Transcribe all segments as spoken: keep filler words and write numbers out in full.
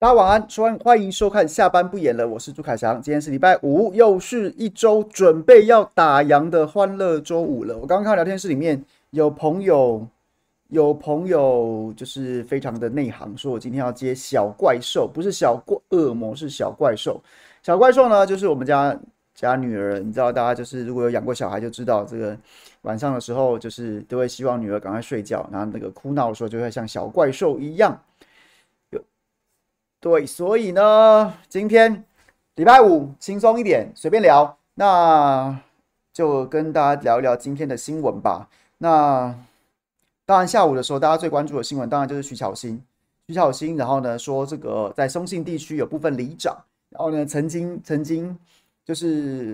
大家晚安，欢欢迎收看下班不演了，我是朱凯翔。今天是礼拜五，又是一周准备要打烊的欢乐周五了。我刚刚看到聊天室里面有朋友，有朋友就是非常的内行，说我今天要接小怪兽，不是小恶魔，是小怪兽。小怪兽呢，就是我们家家女儿，你知道，大家就是如果有养过小孩就知道，这个晚上的时候就是都会希望女儿赶快睡觉，然后那个哭闹的时候就会像小怪兽一样。对，所以呢，今天礼拜五轻松一点，随便聊，那就跟大家聊一聊今天的新闻吧。那当然，下午的时候大家最关注的新闻，当然就是徐巧芯。徐巧芯，然后呢说这个在松信地区有部分里长，然后呢曾经曾经就是，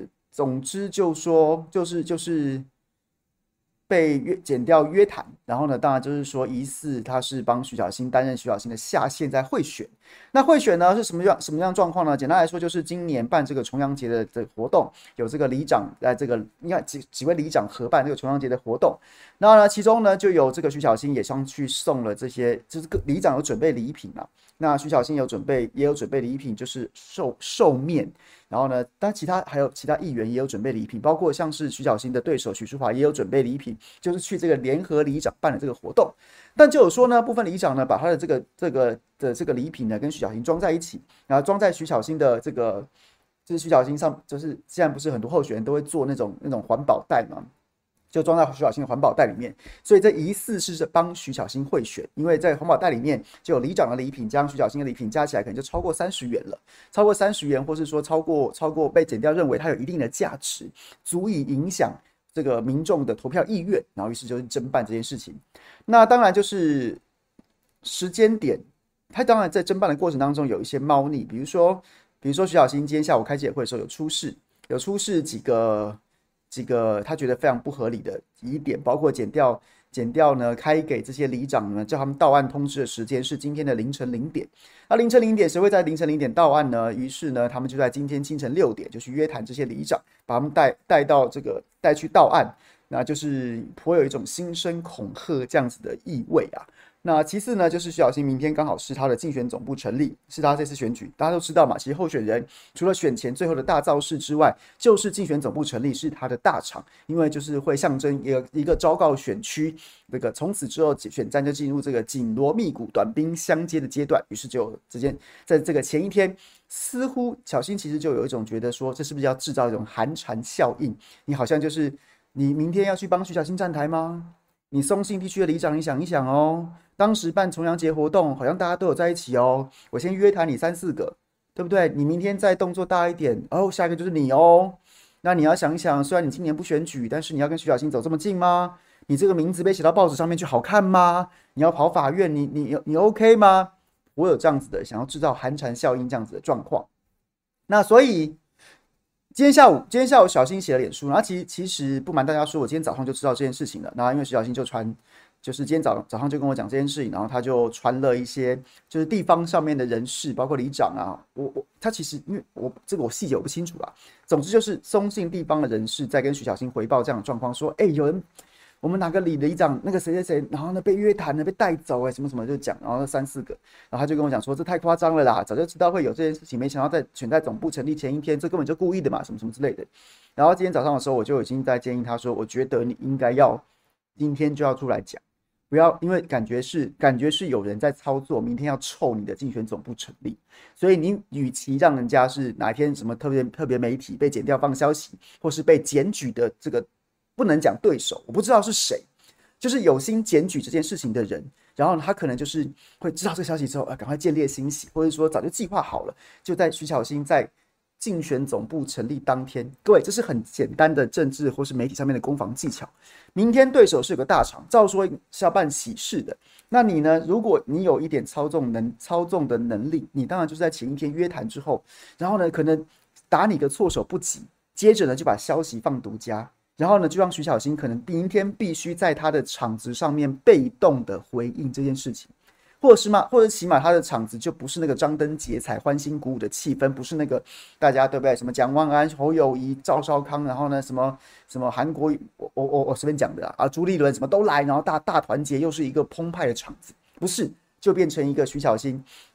总之就说就是就是。被约减掉约谈，然后呢，当然就是说，疑似他是帮徐巧芯担任徐巧芯的下线，在贿选。那贿选呢是什么样什么样状况呢？简单来说，就是今年办这个重阳节的这个活动，有这个里长在这个应该几几位里长合办这个重阳节的活动。然后呢，其中呢就有这个徐巧芯也上去送了这些，就是里长有准备礼品啊。那徐巧芯有准备，也有准备礼品，就是寿寿面。然后呢，但其他还有其他议员也有准备礼品，包括像是徐巧芯的对手许淑华也有准备礼品，就是去这个联合里长办的这个活动。但就有说呢，部分里长呢把他的这个这个的这个礼品呢跟徐巧芯装在一起，然后装在徐巧芯的这个，就是徐巧芯上，就是现在不是很多候选人都会做那种那种环保袋嘛。就装在徐巧芯的环保袋里面，所以这疑似是帮徐巧芯贿选，因为在环保袋里面就有里长的礼品加上徐巧芯的礼品加起来可能就超过三十元了，超过三十元，或是说超过超过被检调认为它有一定的价值，足以影响这个民众的投票意愿，然后于是就是侦办这件事情。那当然就是时间点，他当然在侦办的过程当中有一些猫腻，比如说比如说徐巧芯今天下午开记者会的时候有出示，有出示几个。几个他觉得非常不合理的疑点，包括检调检调呢开给这些里长呢，叫他们到案通知的时间是今天的凌晨零点。那凌晨零点谁会在凌晨零点到案呢？于是呢，他们就在今天清晨六点就去约谈这些里长，把他们带带到这个带去到案，那就是颇有一种心生恐吓这样子的意味啊。那其次呢，就是徐巧芯明天刚好是他的竞选总部成立，是他这次选举，大家都知道嘛。其实候选人除了选前最后的大造势之外，就是竞选总部成立是他的大场，因为就是会象征一个一个昭告选区，这个从此之后选战就进入这个紧锣密鼓、短兵相接的阶段。于是就直接在这个前一天，似乎巧芯其实就有一种觉得说，这是不是要制造一种寒蝉效应？你好像就是你明天要去帮徐巧芯站台吗？你松信地区的里长，你想一想哦，当时办重阳节活动，好像大家都有在一起哦。我先约谈你三四个，对不对？你明天再动作大一点，哦，下一个就是你哦。那你要想一想，虽然你今年不选举，但是你要跟徐巧芯走这么近吗？你这个名字被写到报纸上面去好看吗？你要跑法院，你你你 OK 吗？我有这样子的想要制造寒蝉效应这样子的状况。那所以。今天下午，今天下午小新写了脸书，然后其实其实不瞒大家说，我今天早上就知道这件事情了。那因为徐小新就传，就是今天早早上就跟我讲这件事情，然后他就传了一些就是地方上面的人士，包括里长啊，我我他其实因为我这个我细节我不清楚啦，总之就是松信地方的人士在跟徐小新回报这样的状况，说，哎、欸，有人。我们哪个里里长那个谁谁谁，然后呢被约谈了，被带走哎、欸，什么什么就讲，然后三四个，然后他就跟我讲说这太夸张了啦，早就知道会有这件事情，没想到在选在总部成立前一天，这根本就故意的嘛，什么什么之类的。然后今天早上的时候，我就已经在建议他说，我觉得你应该要今天就要出来讲，不要因为感觉是感觉是有人在操作，明天要臭你的竞选总部成立，所以你与其让人家是哪一天什么特别特别媒体被剪掉放消息，或是被检举的这个。不能讲对手，我不知道是谁，就是有心检举这件事情的人，然后他可能就是会知道这个消息之后，呃，赶快见猎欣喜，或者说早就计划好了，就在徐巧芯在竞选总部成立当天，各位，这是很简单的政治或是媒体上面的攻防技巧。明天对手是有个大场，照说是要办喜事的，那你呢？如果你有一点操纵能操纵的能力，你当然就是在前一天约谈之后，然后呢，可能打你个措手不及，接着呢就把消息放独家。然后呢，就让徐巧芯可能明天必须在他的场子上面被动的回应这件事情，或者是嘛，或者起码他的场子就不是那个张灯结彩、欢欣鼓舞的气氛，不是那个大家对不对？什么蒋万安、侯友宜、赵少康，然后呢，什么什么韩国，我我我我随便讲的啊，朱立伦什么都来，然后大大团结，又是一个澎湃的场子，不是，就变成一个徐巧芯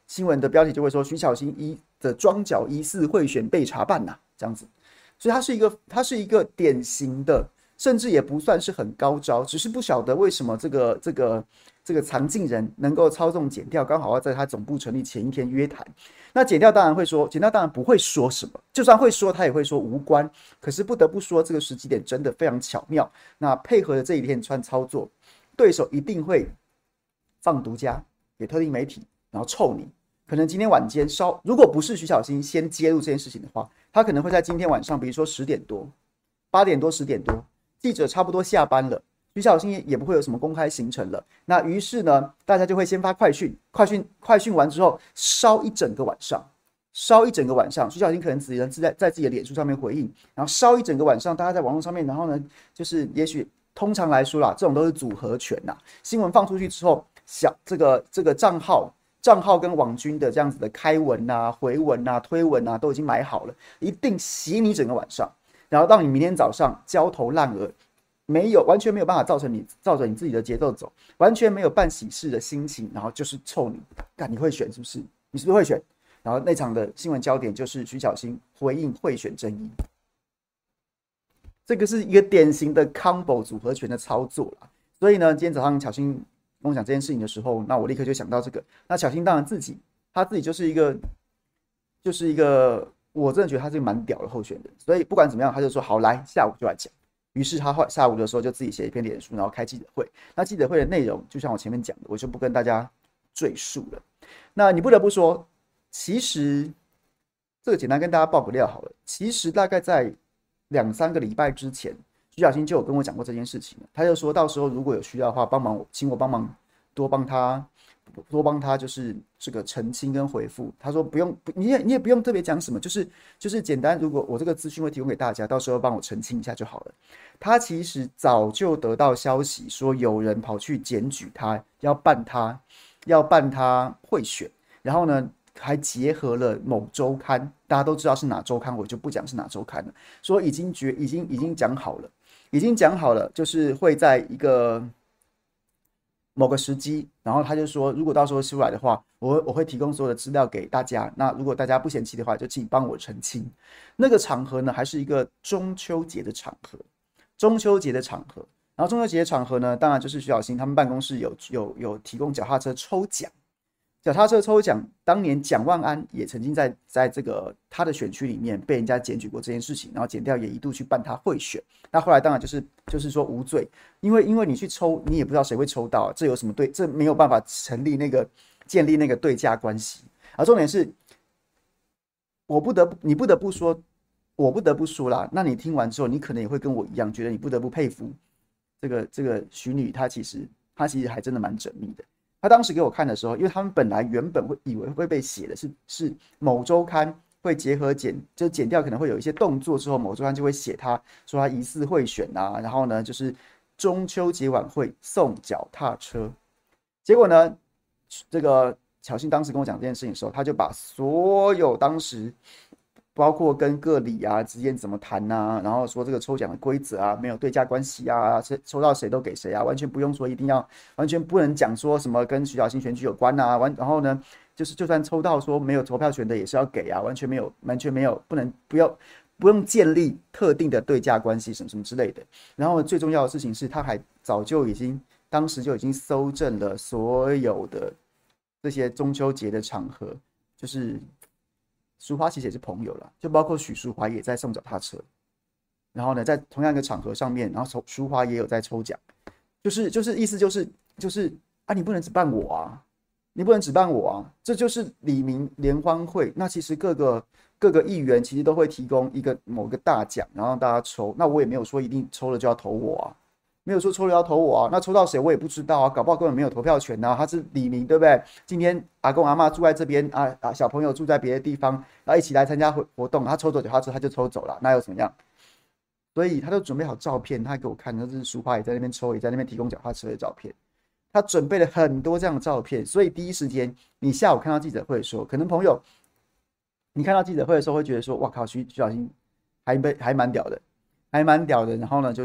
新闻的标题就会说徐巧芯一的庄脚疑似贿选被查办呐、啊，这样子。所以他是一个，他是一个典型的，甚至也不算是很高招，只是不晓得为什么这个这个这个藏镜人能够操纵检调，刚好要在他总部成立前一天约谈。那检调当然会说，检调当然不会说什么，就算会说，他也会说无关。可是不得不说，这个时机点真的非常巧妙。那配合的这一连串操作，对手一定会放独家给特定媒体，然后臭你。可能今天晚间稍，如果不是徐巧芯先揭露这件事情的话，他可能会在今天晚上，比如说十点多、八点多、十点多，记者差不多下班了，徐巧芯也不会有什么公开行程了。那于是呢，大家就会先发快讯，快讯快讯完之后，烧一整个晚上，烧一整个晚上。徐巧芯可能只能在在自己的脸书上面回应，然后烧一整个晚上，大家在网络上面，然后呢，就是也许通常来说啦，这种都是组合拳呐。新闻放出去之后，小这个这个账号。账号跟网军的这样子的开文啊、回文啊、推文啊，都已经买好了，一定洗你整个晚上，然后到你明天早上焦头烂额，没有完全没有办法造成你照着你自己的节奏走，完全没有办喜事的心情，然后就是臭你，干你会选是不是？你是不是会选？然后那场的新闻焦点就是徐巧芯回应贿选争议，这个是一个典型的 combo 组合拳的操作啦。所以呢，今天早上巧芯跟我讲这件事情的时候，那我立刻就想到这个。那巧芯当然自己，他自己就是一个，就是一个，我真的觉得他是一个蛮屌的候选人。所以不管怎么样，他就说好来，下午就来讲。于是他下午的时候就自己写一篇脸书，然后开记者会。那记者会的内容，就像我前面讲的，我就不跟大家赘述了。那你不得不说，其实这个简单跟大家爆个料好了。其实大概在两三个礼拜之前。徐巧芯就有跟我讲过这件事情，他就说到时候如果有需要的话，帮忙请我帮忙多帮他多帮他就是这个澄清跟回复。他说不用，你也你也不用特别讲什么，就是就是简单，如果我这个资讯会提供给大家，到时候帮我澄清一下就好了。他其实早就得到消息说有人跑去检举他，要办他要办他贿选，然后呢还结合了某周刊，大家都知道是哪周刊，我就不讲是哪周刊了，说已经决已经已经讲好了。已经讲好了，就是会在一个某个时机，然后他就说，如果到时候出来的话，我我会提供所有的资料给大家。那如果大家不嫌弃的话，就请帮我澄清。那个场合呢，还是一个中秋节的场合，中秋节的场合。然后中秋节的场合呢，当然就是徐巧芯他们办公室有有有提供脚踏车抽奖。脚踏车抽奖，当年蒋万安也曾经在在这个他的选区里面被人家检举过这件事情，然后检调也一度去办他贿选。那后来当然就是就是说无罪，因为因为你去抽，你也不知道谁会抽到，这有什么对？这没有办法成立那个建立那个对价关系。而重点是，我不得不你不得不说，我不得不说啦。那你听完之后，你可能也会跟我一样，觉得你不得不佩服这个这个徐女，她其实她其实还真的蛮缜密的。他当时给我看的时候，因为他们本来原本会以为会被写的是是某周刊会结合检，就检调可能会有一些动作之后，某周刊就会写他说他疑似贿选啊，然后呢就是中秋节晚会送脚踏车。结果呢，这个巧芯当时跟我讲这件事情的时候，他就把所有当时包括跟各里啊之间怎么谈啊，然后说这个抽奖的规则啊，没有对价关系啊，抽到谁都给谁啊，完全不用说一定要，完全不能讲说什么跟徐巧芯选举有关啊，完然后呢，就是就算抽到说没有投票权的也是要给啊，完全没有，完全没有，不能不要不用建立特定的对价关系什么什么之类的。然后最重要的事情是，他还早就已经当时就已经搜证了所有的这些中秋节的场合，就是。淑华其实也是朋友啦，就包括许淑华也在送脚踏车，然后呢，在同样一个场合上面，然后淑华也有在抽奖，就是就是意思就是就是啊，你不能只办我啊，你不能只办我啊，这就是李明联欢会。那其实各个各个议员其实都会提供一个某个大奖，然后让大家抽。那我也没有说一定抽了就要投我啊。没有说抽了要投我啊，那抽到谁我也不知道啊，搞不好根本没有投票权啊。他是李明，对不对？今天阿公阿嬷住在这边啊啊，小朋友住在别的地方，然后一起来参加活动，他抽走脚踏车他就抽走了，那又怎么样？所以他就准备好照片，他给我看，就是淑华也在那边抽，也在那边提供脚踏车的照片。他准备了很多这样的照片，所以第一时间你下午看到记者会的时候，可能朋友你看到记者会的时候会觉得说，哇靠，徐徐巧芯还被还蛮屌的，还蛮屌的。然后呢，就是。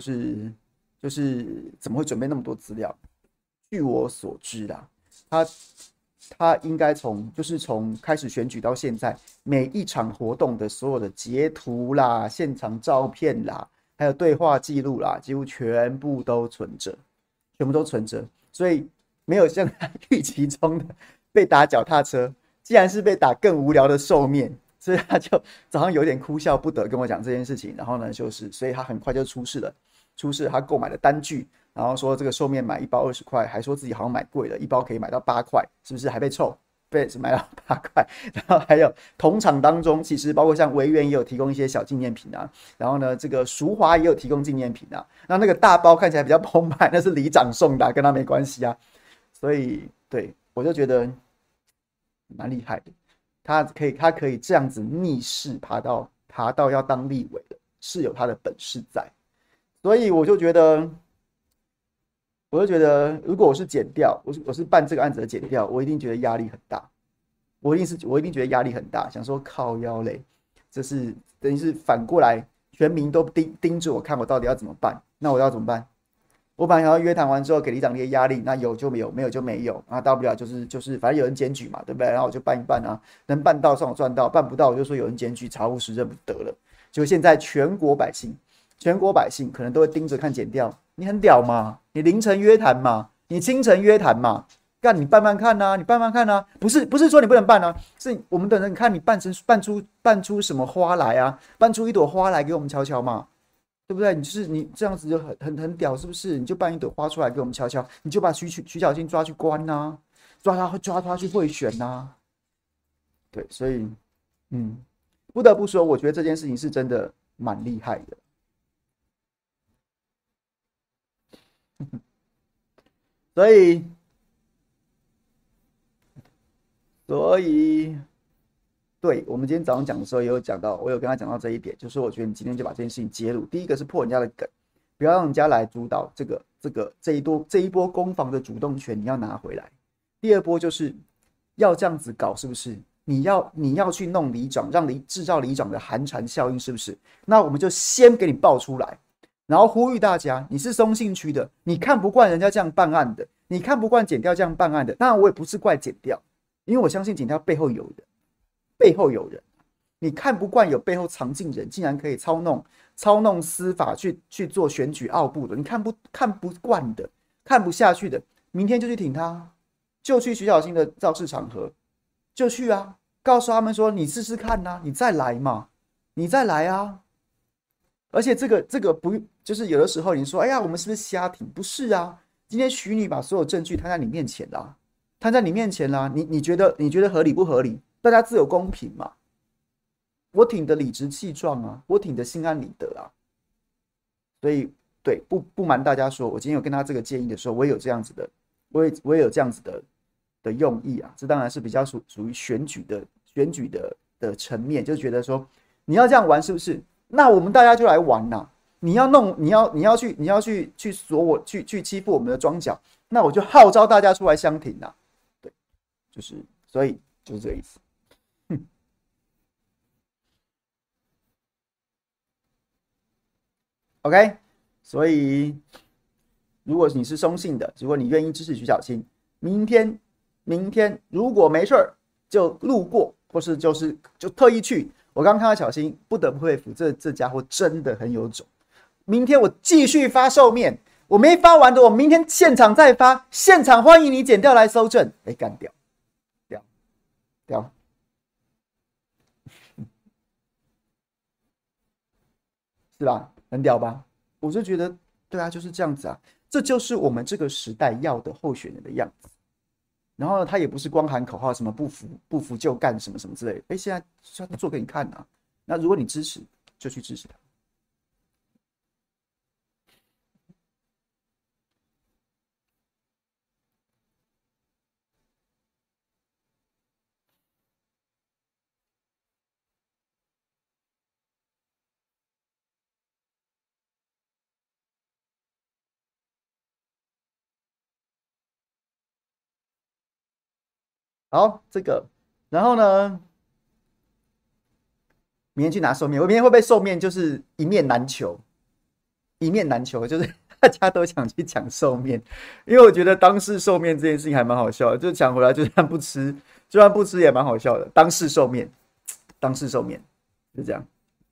就是怎么会准备那么多资料？据我所知啦，他他应该从就是从开始选举到现在，每一场活动的所有的截图啦、现场照片啦，还有对话记录啦，几乎全部都存着，全部都存着。所以没有像他预期中的被打脚踏车，既然是被打更无聊的兽面，所以他就早上有点哭笑不得跟我讲这件事情。然后呢，就是所以他很快就出事了，出事他购买了单据。然后说这个寿面买一包二十块，还说自己好像买贵了，一包可以买到八块，是不是？还被臭，被买到八块。然后还有同场当中，其实包括像维园也有提供一些小纪念品啊。然后呢，这个淑华也有提供纪念品啊。那那个大包看起来比较澎湃，那是里长送的、啊，跟他没关系啊。所以对我就觉得蛮厉害的，他可以他可以这样子逆势爬到爬到要当立委了，是有他的本事在。所以我就觉得。我就觉得，如果我是检调，我是我是办这个案子的检调，我一定觉得压力很大。我一定是，我一定觉得压力很大，想说靠腰嘞，这是等于是反过来，全民都盯盯着我看，我到底要怎么办？那我要怎么办？我本来想要约谈完之后给里长一些压力，那有就没有，没有就没有，啊，大不了就是就是反正有人检举嘛，对不对？然后我就办一办啊，能办到算我赚到，办不到我就说有人检举，查无实证不得了。就现在全国百姓，全国百姓可能都会盯着看检调。你很屌嘛？你凌晨约谈嘛？你清晨约谈嘛？干你办办看啊！你办办看啊！不是不是说你不能办啊，是我们等着你看你办成办出办出什么花来啊？办出一朵花来给我们瞧瞧嘛，对不对？你就是你这样子就很很很屌，是不是？你就办一朵花出来给我们瞧瞧，你就把徐徐小新抓去关呐、啊，抓他抓他去贿选呐、啊。对，所以嗯，不得不说，我觉得这件事情是真的蛮厉害的。所以，所以，对我们今天早上讲的时候也有讲到，我有跟他讲到这一点，就是我觉得你今天就把这件事情揭露。第一个是破人家的梗，不要让人家来主导这个这个这一波这一波攻防的主动权，你要拿回来。第二波就是要这样子搞，是不是？你要你要去弄里长，让里制造里长的寒蝉效应，是不是？那我们就先给你爆出来。然后呼吁大家，你是松信区的，你看不惯人家这样办案的，你看不惯检调这样办案的，当然我也不是怪检调，因为我相信检调背后有人，背后有人，你看不惯有背后藏进人，竟然可以操弄操弄司法去去做选举奥布的，你看不看不惯的，看不下去的，明天就去挺他，就去徐小新的造势场合，就去啊，告诉他们说你试试看啊，你再来嘛，你再来啊。而且这个这个不就是有的时候你说，哎呀，我们是不是瞎挺？不是啊，今天许你把所有证据摊在你面前啦，摊在你面前啦，你你觉得你觉得合理不合理？大家自有公平嘛。我挺得理直气壮啊，我挺得心安理得啊。所以对不不瞒大家说，我今天有跟他这个建议的时候，我也有这样子的，我也我也有这样子的的用意啊。这当然是比较属属于选举的选举的的层面，就觉得说你要这样玩是不是？那我们大家就来玩呐、啊！你要弄，你要你要去你要去去锁我，去去欺负我们的庄脚，那我就号召大家出来相挺呐、啊！对，就是所以就是这个意思。OK，所以如果你是松信的，如果你愿意支持徐小青，明天明天如果没事儿就路过，或是就是就特意去。我刚看到小新，不得不佩服这这家伙真的很有种。明天我继续发售面，我没发完的，我明天现场再发，现场欢迎你检调来搜证。哎，干掉，掉掉，是吧？很屌吧？我就觉得，对啊，就是这样子啊，这就是我们这个时代要的候选人的样子。然后呢，他也不是光喊口号，什么不服不服就干什么什么之类的。哎，现在他做给你看啊。那如果你支持，就去支持他。好，这个，然后呢，明天去拿寿面，我明天会不会寿面就是一面难求，一面难求，就是大家都想去抢寿面，因为我觉得当世寿面这件事情还蛮好笑的，就抢回来就算不吃，就算不吃也蛮好笑的。当世寿面，当世寿面，就这样。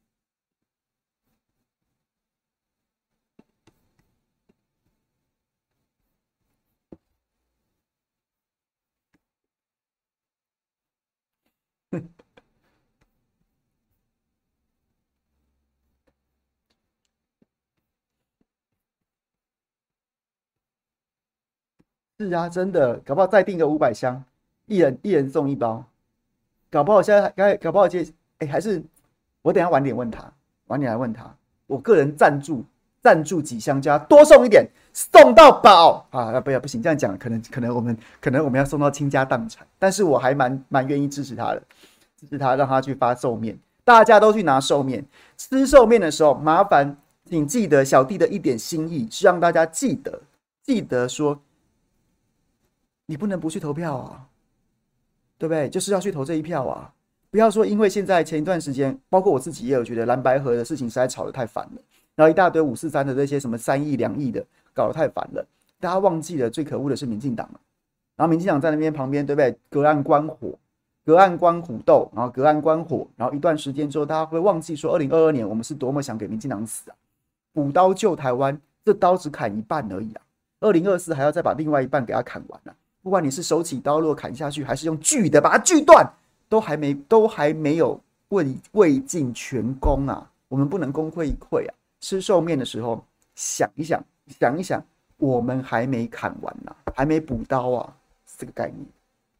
是啊，真的，搞不好再订个五百箱，一人一人送一包，搞不好现在还搞不好接，哎、欸，还是我等一下晚点问他，晚点来问他，我个人赞助赞助几箱加多送一点，送到饱啊！不要不行，这样讲可能可能我们可能我们要送到倾家荡产，但是我还蛮蛮愿意支持他的，支持他让他去发寿面，大家都去拿寿面，吃寿面的时候，麻烦请记得小弟的一点心意是让大家记得记得说，你不能不去投票啊，对不对？就是要去投这一票啊！不要说因为现在前一段时间，包括我自己也有觉得蓝白河的事情实在吵得太烦了，然后一大堆五四三的这些什么三亿两亿的搞得太烦了，大家忘记了最可恶的是民进党了。然后民进党在那边旁边，对不对？隔岸观火，隔岸观虎斗，然后隔岸观火，然后一段时间之后，大家会忘记说，二零二二年我们是多么想给民进党死啊！补刀救台湾，这刀只砍一半而已啊！二零二四还要再把另外一半给他砍完啊！不管你是手起刀落砍下去，还是用锯的把它锯断，都还没都还没有未未尽全功啊！我们不能功亏一篑啊！吃寿面的时候想一想，想一想，我们还没砍完呢、啊，还没补刀啊，是这个概念。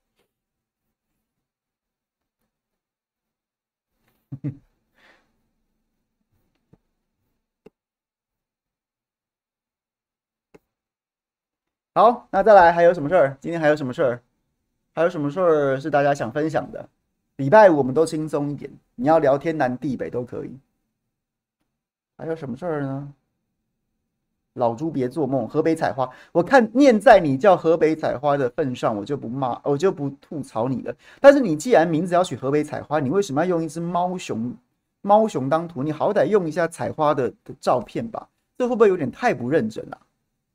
好，那再来还有什么事儿？今天还有什么事儿？还有什么事儿是大家想分享的？礼拜五我们都轻松一点，你要聊天南地北都可以。还有什么事儿呢？老猪别做梦，河北采花，我看念在你叫河北采花的份上，我就不骂，我就不吐槽你了。但是你既然名字要取河北采花，你为什么要用一只猫熊猫熊当图？你好歹用一下采花的的照片吧，这会不会有点太不认真了、啊？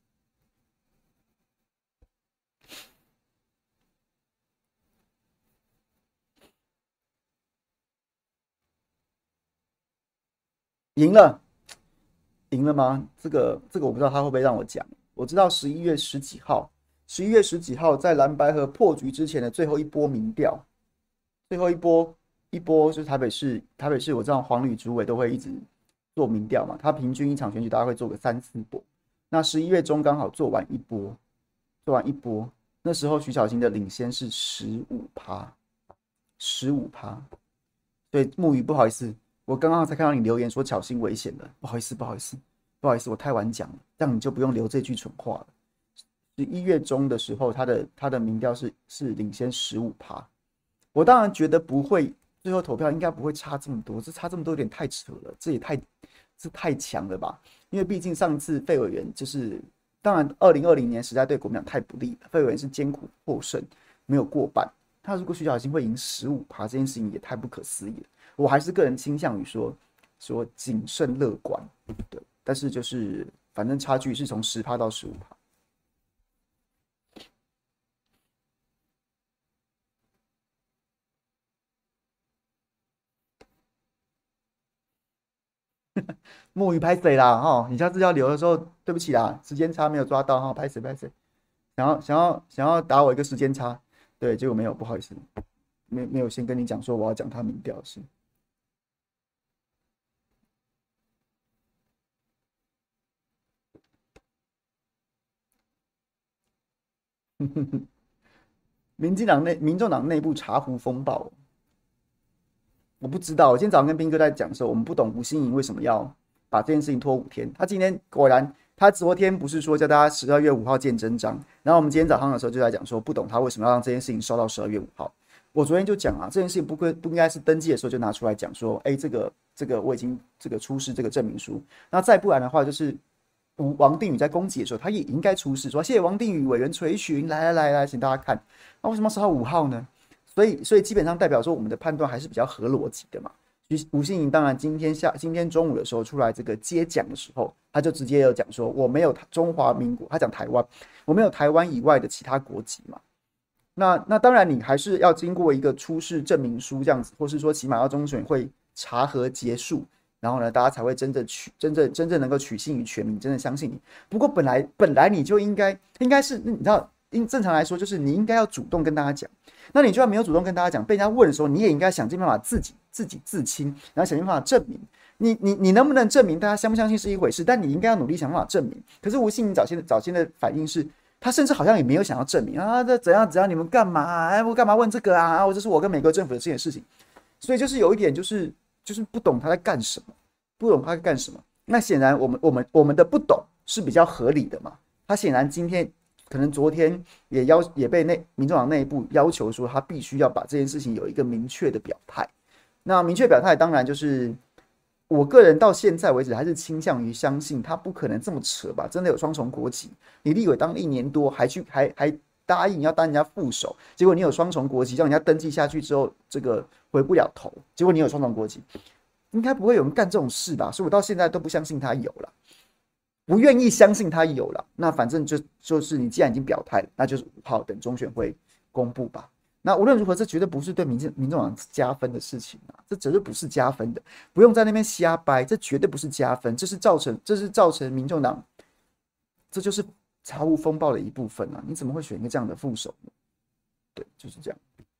赢了，赢了吗？这个这个我不知道他会不会让我讲。我知道十一月十几号，十一月十几号在蓝白河破局之前的最后一波民调，最后一波一波就是台北市，台北市我知道黄旅主委都会一直做民调嘛，他平均一场选举大概会做个三四波。那十一月中刚好做完一波，做完一波，那时候徐小新的领先是十五趴，十五趴。所以木鱼不好意思，我刚刚才看到你留言说小心危险了，不好意思，不好意思，不好意思，我太晚讲了，这样你就不用留这句蠢话了。十一月中的时候，他的他的民调是是领先十五趴，我当然觉得不会，最后投票应该不会差这么多，这差这么多有点太扯了，这也太这太强了吧？因为毕竟上次费委员就是，当然二零二零年实在对国民党太不利了，费委员是艰苦获胜，没有过半。他如果徐小新会赢十五趴，这件事情也太不可思议了。我还是个人倾向于说说谨慎乐观，对，但是就是反正差距是从十趴到十五趴。木鱼拍谁啦？哈，你下次要留的时候，对不起啦，时间差没有抓到哈，拍谁拍谁。想要想要想要打我一个时间差，对，结果没有，不好意思，没没有先跟你讲说我要讲他民调的事。民进党内、民众党内部茶壶风暴，我不知道。我今天早上跟斌哥在讲的时候，我们不懂吴欣颖为什么要把这件事情拖五天。他今天果然，他昨天不是说叫大家十二月五号见真章，然后我们今天早上的时候就在讲说，不懂他为什么要让这件事情烧到十二月五号。我昨天就讲啊，这件事情不不应该是登记的时候就拿出来讲说，哎，这个这个我已经这个出示这个证明书，那再不然的话就是王定宇在攻击的时候，他也应该出示说谢谢王定宇委员垂询，来来来来，请大家看。那为什么烧到五号呢？所以所以基本上代表说我们的判断还是比较合逻辑的嘛。 吴欣盈当然今天下今天中午的时候出来这个接讲的时候，他就直接有讲说，我没有中华民国，他讲台湾，我没有台湾以外的其他国籍嘛。那那当然，你还是要经过一个出示证明书这样子，或是说起码要中选会查核结束，然后呢，大家才会真正取真正真正能够取信于全民，真的相信你。不过本来本来你就应该应该是你知道，应正常来说就是你应该要主动跟大家讲。那你就算没有主动跟大家讲，被人家问的时候，你也应该想尽办法自己自己自清，然后想尽办法证明。你你你能不能证明，大家相不相信是一回事，但你应该要努力想办法证明。可是吴欣盈早先的早先的反应是。他甚至好像也没有想要证明啊，这怎样怎样，你们干嘛、啊？哎，我干嘛问这个啊？这是我跟美国政府的这件事情，所以就是有一点，就是就是不懂他在干什么，不懂他在干什么。那显然我们我们我们的不懂是比较合理的嘛。他显然今天可能昨天也要也被内民众党内部要求说，他必须要把这件事情有一个明确的表态。那明确表态当然就是。我个人到现在为止还是倾向于相信他不可能这么扯吧？真的有双重国籍，你立委当了一年多，还去还还答应要当人家副手，结果你有双重国籍，让人家登记下去之后，这个回不了头，结果你有双重国籍，应该不会有人干这种事吧？所以我到现在都不相信他有了，不愿意相信他有了。那反正就就是你既然已经表态了，那就是五号等中选会公布吧。那无论如何，这绝对不是对民民众党加分的事情啊！这绝对不是加分的，不用在那边瞎掰，这绝对不是加分，这是造成这是造成民众党，这就是财务风暴的一部分啊！你怎么会选一个这样的副手呢？对，就是这样。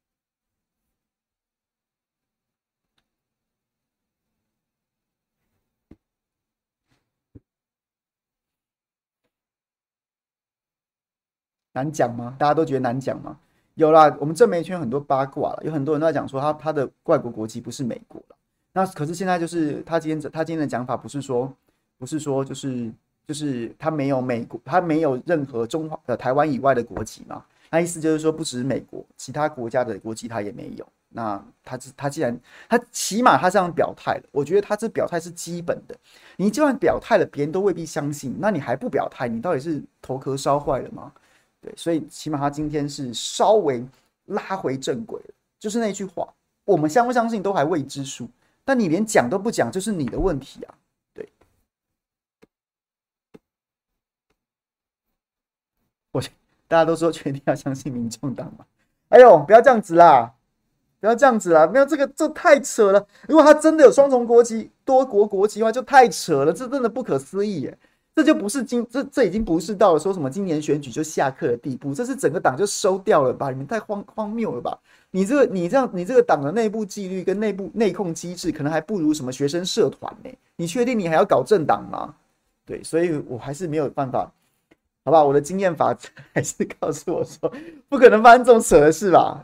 难讲吗？大家都觉得难讲吗？有啦，我们政媒圈很多八卦了，有很多人都在讲说他他的外国国籍不是美国了。那可是现在就是他今天他今天的讲法不是说不是说就是就是他没有美国他没有任何中华呃台湾以外的国籍嘛？那意思就是说不只是美国，其他国家的国籍他也没有。那他他既然他起码他这样表态了，我觉得他这表态是基本的。你就算表态了，别人都未必相信，那你还不表态，你到底是头壳烧坏了吗？对，所以起码他今天是稍微拉回正轨了，就是那句话，我们相不相信都还未知数，但你连讲都不讲，就是你的问题啊。对，我大家都说决定要相信民众党嘛，哎呦，不要这样子啦，不要这样子啦，没有这个这太扯了。如果他真的有双重国籍、多国国籍的话，就太扯了，这真的不可思议耶。这就不是今这这已经不是到了说什么今年选举就下课的地步，这是整个党就收掉了吧？你们太荒荒谬了吧？你这个你这样你这个党的内部纪律跟内部内控机制，可能还不如什么学生社团呢、欸？你确定你还要搞政党吗？对，所以我还是没有办法，好吧？我的经验法则还是告诉我说，不可能发生这种扯的事吧？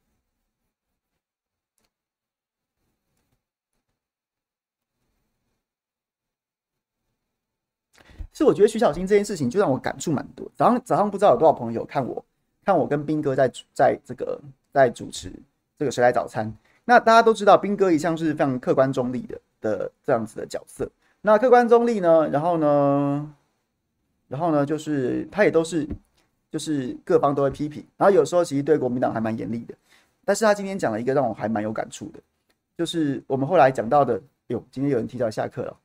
是我觉得徐小新这件事情就让我感触蛮多。早上早上不知道有多少朋友看我看我跟斌哥在在这个在主持这个谁来早餐。那大家都知道，斌哥一向是非常客观中立的的这样子的角色。那客观中立呢，然后呢，然后呢，就是他也都是就是各方都会批评，然后有时候其实对国民党还蛮严厉的。但是他今天讲了一个让我还蛮有感触的，就是我们后来讲到的，哟，今天有人提早下课了，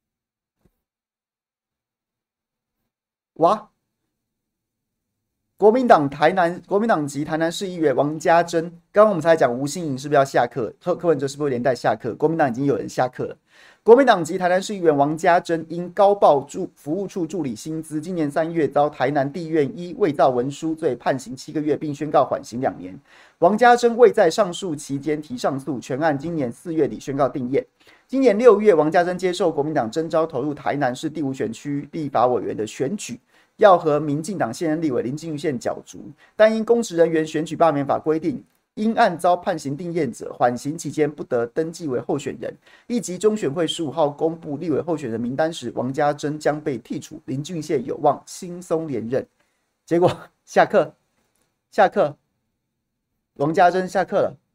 哇！国民党台南国民党籍台南市议员王家珍，刚刚我们才讲吴欣盈是不是要下课？柯柯文哲是不是连带下课？国民党已经有人下课了。国民党籍台南市议员王家珍因高报助服务处助理薪资，今年三月遭台南地院依伪造文书罪判刑七个月，并宣告缓刑两年。王家珍未在上诉期间提上诉，全案今年四月底宣告定谳。今年六月，王家珍接受国民党征召投入台南市第五选区立法委员的选举。要和民进党现任立委林金玉宪角逐，但因公职人员选举罢免法规定，因案遭判刑定谳者，缓刑期间不得登记为候选人。一级中选会十五号公布立委候选人名单时，王家珍将被剔除，林俊宪有望轻松连任。结果下课，下课，王家珍下课了。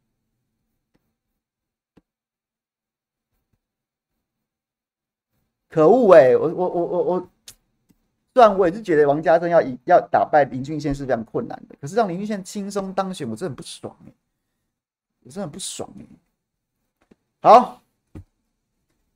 可恶哎、欸！我我我我我。虽然我也是觉得王家珍要要打败林俊宪是非常困难的，可是让林俊宪轻松当选，我真的很不爽哎、欸，我真的很不爽哎、欸。好，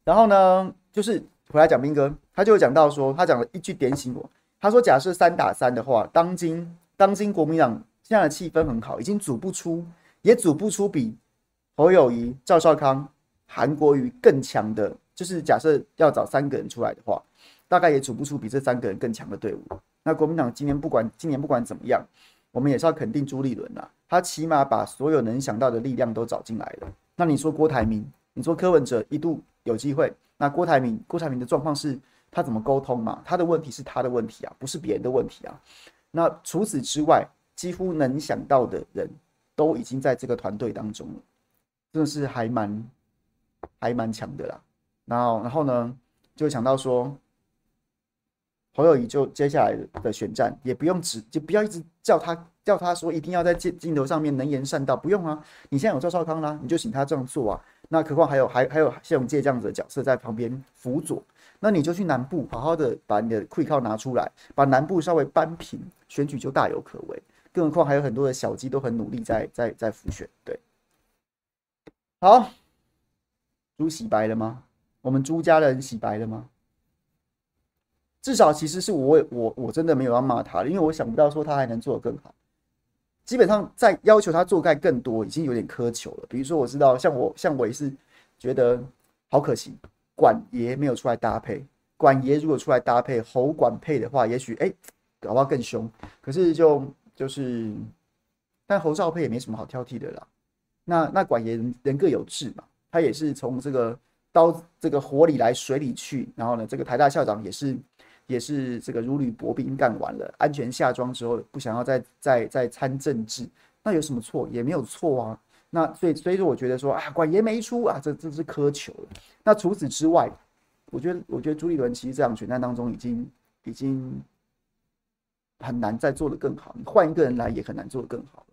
然后呢，就是回来讲兵哥，他就有讲到说，他讲了一句点醒我，他说假设三打三的话，当今当今国民党现在的气氛很好，已经组不出，也组不出比侯友宜、赵少康、韩国瑜更强的，就是假设要找三个人出来的话，大概也组不出比这三个人更强的队伍。那国民党今年不管今年不管怎么样，我们也是要肯定朱立伦啦，他起码把所有能想到的力量都找进来了。那你说郭台铭，你说柯文哲一度有机会，那郭台铭郭台铭的状况是他怎么沟通嘛？他的问题是他的问题啊，不是别人的问题啊。那除此之外，几乎能想到的人都已经在这个团队当中了，真的是还蛮还蛮强的啦。然后然后呢，就想到说。侯友宜就接下来的选战也不用指，就不要一直叫他叫他说一定要在镜头上面能言善道，不用啊！你现在有赵少康啦，你就请他这样做啊。那何况还有还还有谢永介这样子的角色在旁边辅佐，那你就去南部好好的把你的 quick 靠拿出来，把南部稍微扳平，选举就大有可为。更何况还有很多的小鸡都很努力在在在辅选，对。好，猪洗白了吗？我们朱家人洗白了吗？至少其实是我我我真的没有要骂他了，因为我想不到说他还能做得更好。基本上在要求他做盖更多，已经有点苛求了。比如说我知道，像我像我也是觉得好可惜，管爷没有出来搭配。管爷如果出来搭配侯管配的话，也许哎，搞不好更凶。可是就就是，但侯少配也没什么好挑剔的啦。那那管爷人人各有志嘛，他也是从这个刀这个火里来水里去，然后呢，这个台大校长也是。也是这个如履薄冰干完了，安全下庄之后不想要再再再参政治，那有什么错？也没有错啊。那所以所以说我觉得说啊，管爷没出啊，这这是苛求了。那除此之外，我觉得我觉得朱立伦其实这场选战当中已经已经很难再做得更好，你换一个人来也很难做得更好。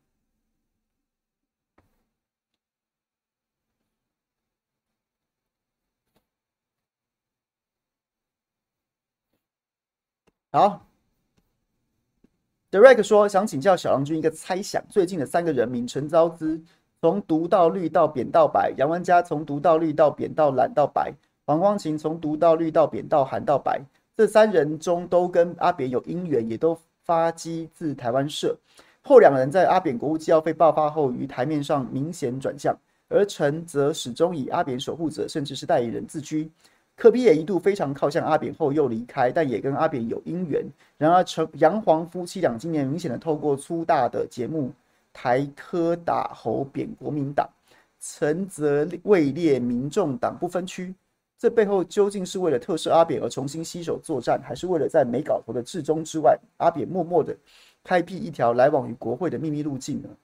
好 ，Derek 说想请教小郎君一个猜想：最近的三个人名，陈昭姿从独到绿到扁到白，杨文嘉从独到绿到扁到蓝到白，黄光芹从独到绿到扁到韩到白，这三人中都跟阿扁有姻缘，也都发迹自台湾社。后两人在阿扁国务机要费爆发后，于台面上明显转向，而陈则始终以阿扁守护者甚至是代言人自居。柯 P 也一度非常靠向阿扁后又离开，但也跟阿扁有姻缘。然而，杨黄夫妻俩今年明显的透过粗大的节目台柯打侯扁国民党，陈则位列民众党不分区。这背后究竟是为了特赦阿扁而重新携手作战，还是为了在没搞头的至中之外，阿扁默默的开辟一条来往于国会的秘密路径呢？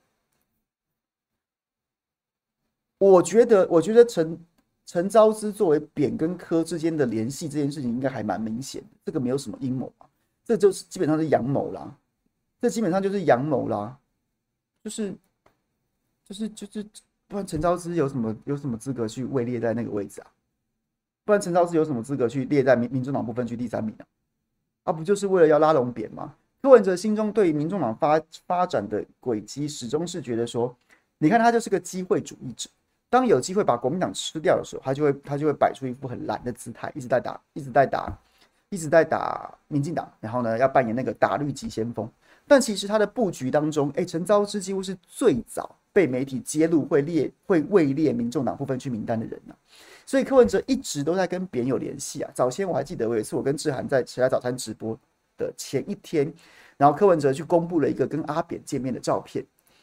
我觉得，我觉得陈。陈昭姿作为扁跟柯之间的联系，这件事情应该还蛮明显的，这个没有什么阴谋啊，这就是基本上是阳谋啦，这基本上就是阳谋啦，就是就是就是，不然陈昭姿有什么有什么资格去位列在那个位置啊？不然陈昭姿有什么资格去列在民民众党不分区第三名啊？啊，不就是为了要拉拢扁吗？柯文哲心中对民众党发发展的轨迹，始终是觉得说，你看他就是个机会主义者。当有机会把国民党吃掉的时候，他就会他就会摆出一副很懒的姿态，一直在打，一直在打，一直在打民进党，然后呢，要扮演那个打绿急先锋。但其实他的布局当中，哎，陈昭姿几乎是最早被媒体揭露会列会位列民众党不分区名单的人啊。所以柯文哲一直都在跟扁有联系啊。早先我还记得，有一次我跟志涵在起来早餐直播的前一天，然后柯文哲去公布了一个跟阿扁见面的照片。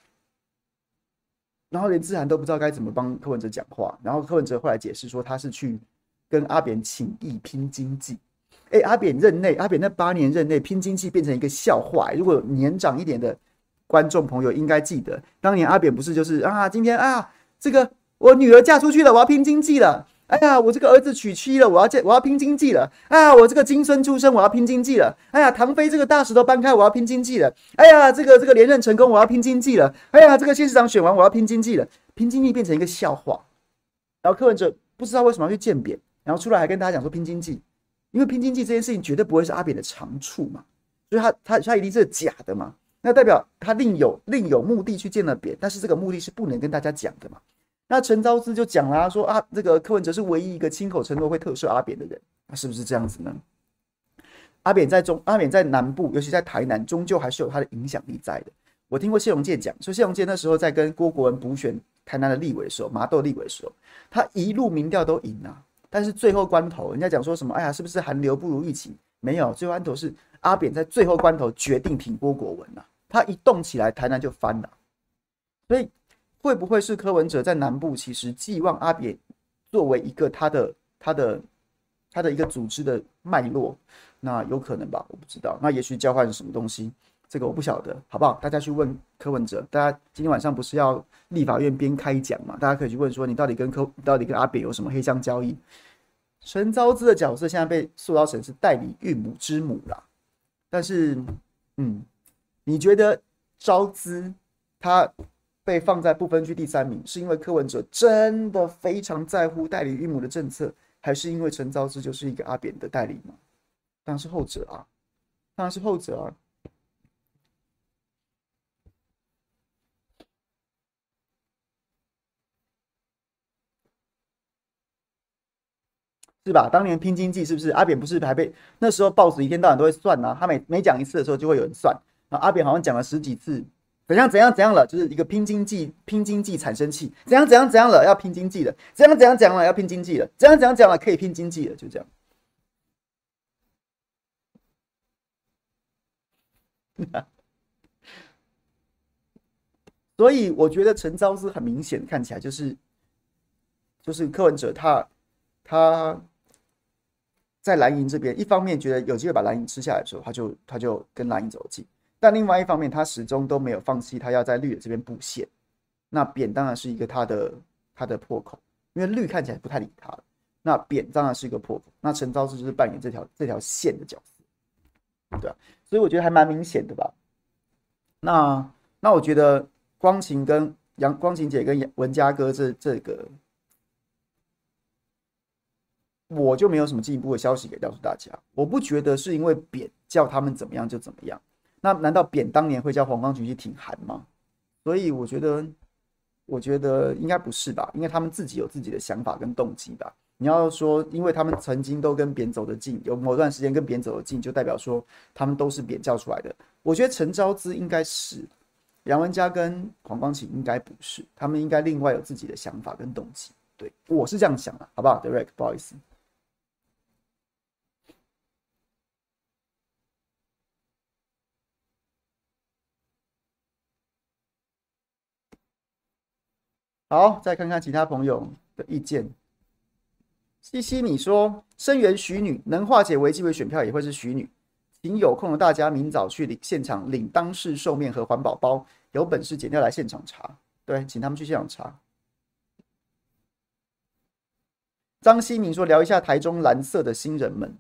然后连志涵都不知道该怎么帮柯文哲讲话，然后柯文哲后来解释说他是去跟阿扁请益拼经济。哎，阿扁任内，阿扁那八年任内拼经济变成一个笑话。如果年长一点的观众朋友应该记得，当年阿扁不是就是啊，今天啊，这个我女儿嫁出去了，我要拼经济了。哎呀，我这个儿子娶妻了，我要我要拼经济了。哎呀，我这个金孙出生，我要拼经济了。哎呀，唐飞这个大石头搬开，我要拼经济了。哎呀，这个这个连任成功，我要拼经济了。哎呀，这个县市长选完，我要拼经济了。拼经济变成一个笑话，然后柯文哲不知道为什么要去建扁，然后出来还跟大家讲说拼经济，因为拼经济这件事情绝对不会是阿扁的长处嘛，所以他他他一定是假的嘛，那代表他另有另有目的去见了扁，但是这个目的是不能跟大家讲的嘛。 那陈昭资就讲啦，说啊，这个柯文哲是唯一一个亲口承诺会特赦阿扁的人，那是不是这样子呢？阿扁在中，阿扁在南部，尤其在台南，终究还是有他的影响力在的。我听过谢龙介讲，说谢龙介那时候在跟郭国文补选台南的立委的时候，麻豆立委的时候，他一路民调都赢啊，但是最后关头，人家讲说什么，哎呀，是不是韩流不如预期？没有，最后关头是阿扁在最后关头决定挺郭国文啊，他一动起来，台南就翻了。所以会不会是柯文哲在南部其实寄望阿扁作为一个他的他的他的一个组织的脉络？那有可能吧，我不知道。那也许交换什么东西，这个我不晓得，好不好？大家去问柯文哲。大家今天晚上不是要立法院边开讲嘛？大家可以去问说，你到底跟柯，你到底跟阿扁有什么黑箱交易？陈昭资的角色现在被塑造成是代理孕母之母啦，但是，嗯，你觉得昭资他被放在不分区第三名，是因为柯文哲真的非常在乎代理孕母的政策，还是因为陈昭资就是一个阿扁的代理吗？当然是后者啊，当然是后者啊。是吧？当年拼经济是不是阿扁不是还被那时候报纸一天到晚都会算啊？他每每讲一次的时候就会有人算，然后阿扁好像讲了十几次，怎样怎样怎样了，就是一个拼经济拼经济产生器，怎样怎样怎样了要拼经济了，怎样怎样怎样了要拼经济了，怎样怎样怎样了可以拼经济了，就这样。所以我觉得陈昭是很明显看起来就是就是柯文哲他他在蓝营这边，一方面觉得有机会把蓝营吃下来的时候，他就他就跟蓝营走近，但另外一方面，他始终都没有放弃他要在绿的这边布线。那扁当然是一个他的他的破口，因为绿看起来不太理他了，那扁当然是一个破口。那陈昭志就是扮演这条这条线的角色，对啊，所以我觉得还蛮明显的吧。那那我觉得光晴跟杨光晴姐跟文佳哥这这个我就没有什么进一步的消息给告诉大家。我不觉得是因为扁叫他们怎么样就怎么样。那难道扁当年会叫黄光群去挺韩吗？所以我觉得，我觉得应该不是吧？因为他们自己有自己的想法跟动机吧。你要说，因为他们曾经都跟扁走得近，有某段时间跟扁走得近，就代表说他们都是扁叫出来的。我觉得陈昭资应该是，杨文佳跟黄光芹应该不是，他们应该另外有自己的想法跟动机。对，我是这样想的，好不好 ？Derek，不好意思。好，再看看其他朋友的意见。西西，你说声援徐女能化解危机为选票，也会是徐女，请有空的大家明早去领现场领当市寿面和环保包，有本事检调来现场查。对，请他们去现场查。张希明说聊一下台中蓝色的新人们。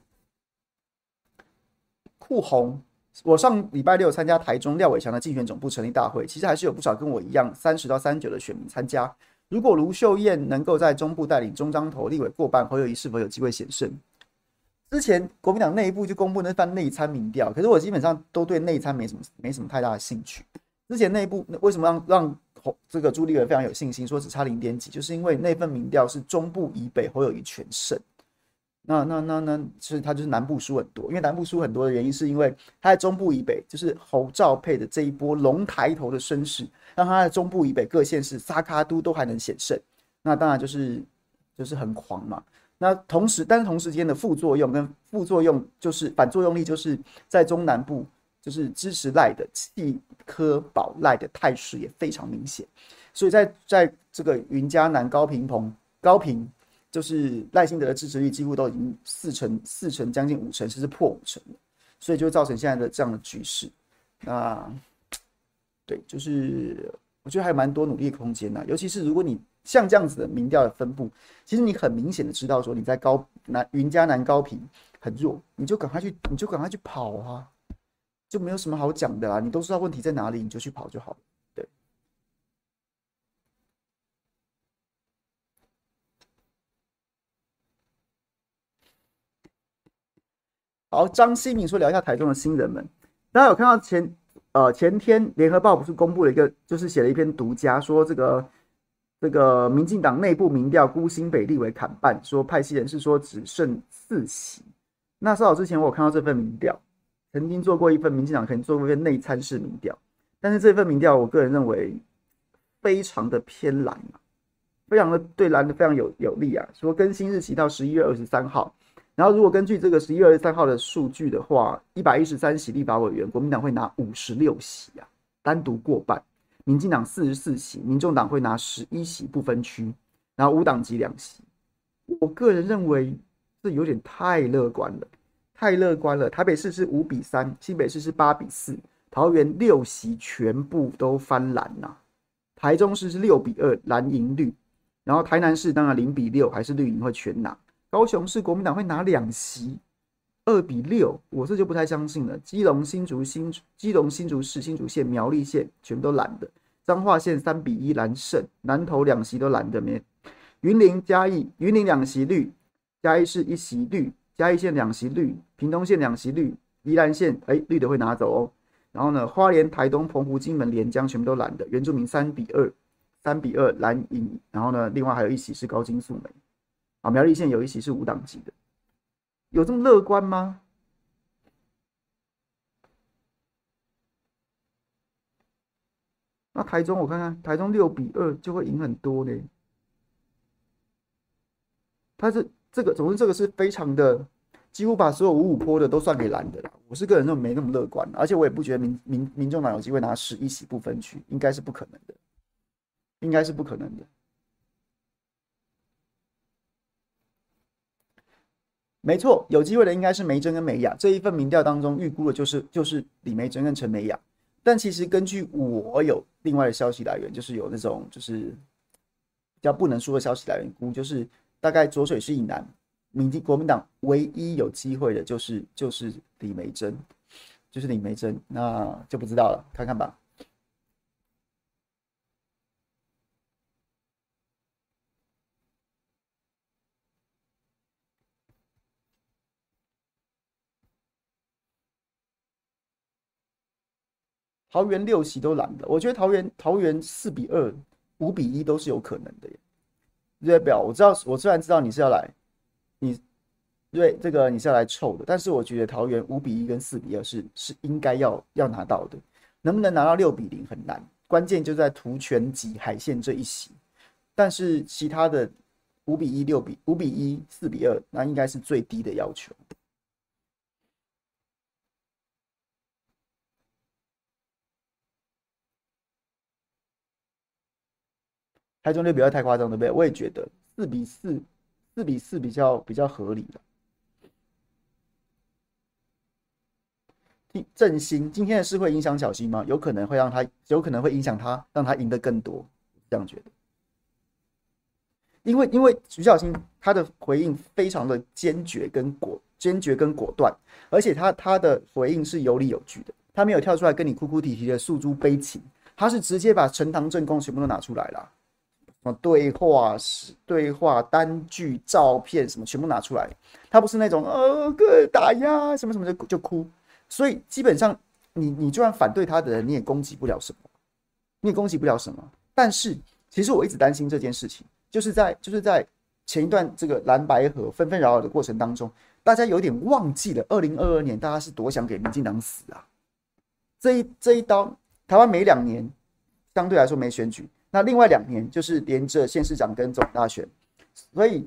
酷红，我上礼拜六参加台中廖伟强的竞选总部成立大会，其实还是有不少跟我一样三十到三十九的选民参加。如果卢秀燕能够在中部带领中彰投立委过半，侯友宜是否有机会险胜？之前国民党内部就公布那番内参民调，可是我基本上都对内参没什么没什么太大的兴趣。之前内部为什么让让这个朱立伦非常有信心，说只差零点几，就是因为那份民调是中部以北侯友宜全胜。那那那那，其实他就是南部输很多，因为南部输很多的原因是因为他在中部以北，就是侯兆佩的这一波龙抬头的声势，让他在中部以北各县市撒卡都都还能险胜。那当然就是就是很狂嘛。那同时，但是同时间的副作用跟副作用就是反作用力，就是在中南部就是支持赖的弃科保赖的态势也非常明显。所以在在这个云嘉南高屏澎高屏。就是赖清德的支持率几乎都已经四成、四成将近五成，甚至破五成了，所以就造成现在的这样的局势。那对，就是我觉得还有蛮多努力的空间的，尤其是如果你像这样子的民调的分布，其实你很明显的知道说你在高南云嘉南高屏很弱，你就赶快去，你就赶快去跑啊，就没有什么好讲的啊，你都知道问题在哪里，你就去跑就好了。对。好，张希明说聊一下台中的新人们。大家有看到前呃前天联合报不是公布了一个，就是写了一篇独家，说这个这个民进党内部民调估新北立委砍半，说派系人士说只剩四席。那稍早之前我有看到这份民调，曾经做过一份民进党曾经做过一份内参式民调，但是这份民调我个人认为非常的偏蓝啊，非常的对蓝的非常有有利啊。说更新日期到十一月二十三号，然后如果根据这个十一月二十三号的数据的话，一百一十三席立法委员，国民党会拿五十六席啊，单独过半。民进党四十四席，民众党会拿十一席不分区，然后无党籍两席。我个人认为这有点太乐观了，太乐观了。台北市是五比三，新北市是八比四，桃园六席全部都翻蓝呐、啊。台中市是六比二，蓝赢绿，然后台南市当然零比六，还是绿营会全拿。高雄市国民党会拿两席，二比六，我这就不太相信了。基隆、新竹、新基隆、新竹市、新竹县、苗栗县全都蓝的。彰化县三比一蓝胜，南投两席都蓝的没。云林、嘉义，云林两席绿，嘉义市一席绿，嘉义县两席绿，屏东县两席绿，宜兰县哎绿的会拿走哦。然后呢，花莲、台东、澎湖、金门、连江全部都蓝的，原住民三比二，三比二蓝赢。然后呢，另外还有一席是高金素梅，啊，苗栗县有一席是无党籍的，有这么乐观吗？那台中我看看，台中六比二就会赢很多呢。他是这个，总之这个是非常的，几乎把所有五五波的都算给蓝的啦。我是个人认为没那么乐观，而且我也不觉得民民民众党有机会拿十一席不分区，应该是不可能的，应该是不可能的。没错，有机会的应该是梅珍跟美雅。这一份民调当中预估的就是就是李梅珍跟陈美雅。但其实根据我有另外的消息来源，就是有那种就是比较不能说的消息来源估，就是大概浊水市以南，民进国民党唯一有机会的就是就是李梅珍，就是李梅珍，那就不知道了，看看吧。桃园六席都蓝的，我觉得桃园桃园四比二、五比一都是有可能的耶。代表我知道，我虽然知道你是要来，你对这个你是要来凑的，但是我觉得桃园五比一跟四比二是是应该要要拿到的，能不能拿到六比零很难，关键就在图全及海线这一席。但是其他的五比一、六比五比一、四比二，那应该是最低的要求。台中六比二太夸张，对不对？我也觉得四比四、四比四比较比较合理了。振兴今天的事会影响小新吗？有可能会让他，有可能会影响他，让他赢得更多。这样觉得，因为因为徐小新他的回应非常的坚决跟果坚决跟果断，而且他他的回应是有理有据的，他没有跳出来跟你哭哭啼啼的诉诸悲情，他是直接把呈堂证供全部都拿出来了。什么对话、对话单据、照片，什么全部拿出来。他不是那种呃打压什么什么就就哭，所以基本上你你就算反对他的人，你也攻击不了什么，你也攻击不了什么。但是其实我一直担心这件事情，就是在就是在前一段这个蓝白河纷纷扰扰的过程当中，大家有点忘记了二零二二年大家是多想给民进党死啊。这一这一刀，台湾每两年相对来说没选举。那另外两年就是连着县市长跟总统大选，所以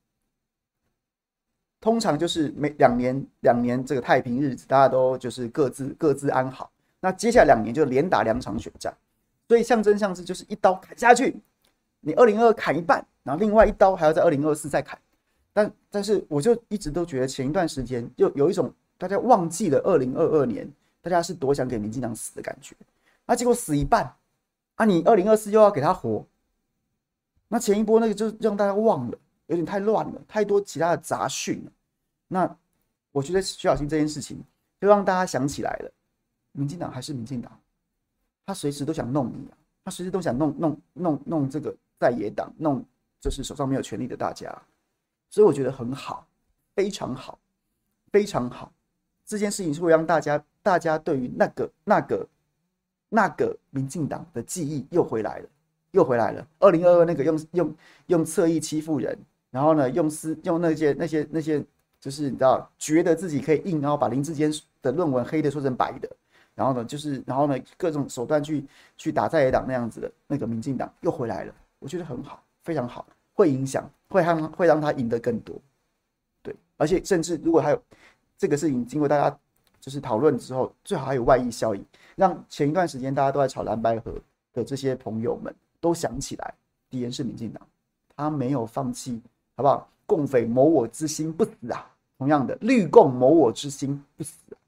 通常就是每两年两年这个太平日子，大家都就是各自各自安好。那接下来两年就连打两场选战，所以象征象征就是一刀砍下去，你二零二二砍一半，然后另外一刀还要在二零二四再砍。但但是我就一直都觉得前一段时间就有一种大家忘记了二零二二年大家是多想给民进党死的感觉，那结果死一半。啊，你二零二四又要给他活，那前一波那个就让大家忘了，有点太乱了，太多其他的杂讯了。那我觉得徐小新这件事情，就让大家想起来了，民进党还是民进党，他随时都想弄你啊，他随时都想弄弄弄弄这个在野党，弄就是手上没有权力的大家，所以我觉得很好，非常好，非常好。这件事情是会让大家大家对于那个那个。那个民进党的记忆又回来了， 又回来了。二零二二那个用用用侧翼欺负人，然后呢用私用那些那些那些，就是你知道觉得自己可以硬，然后把林志坚的论文黑的说成白的，然后呢就是然后呢各种手段去去打在野党那样子的那个民进党又回来了，我觉得很好，非常好，会影响，会让会让他赢得更多。对，而且甚至如果还有这个事情经过大家就是讨论之后，最好还有外溢效应，让前一段时间大家都在炒蓝白合的这些朋友们都想起来，敌人是民进党，他没有放弃，好不好？共匪谋我之心不死啊！同样的，绿共谋我之心不死啊！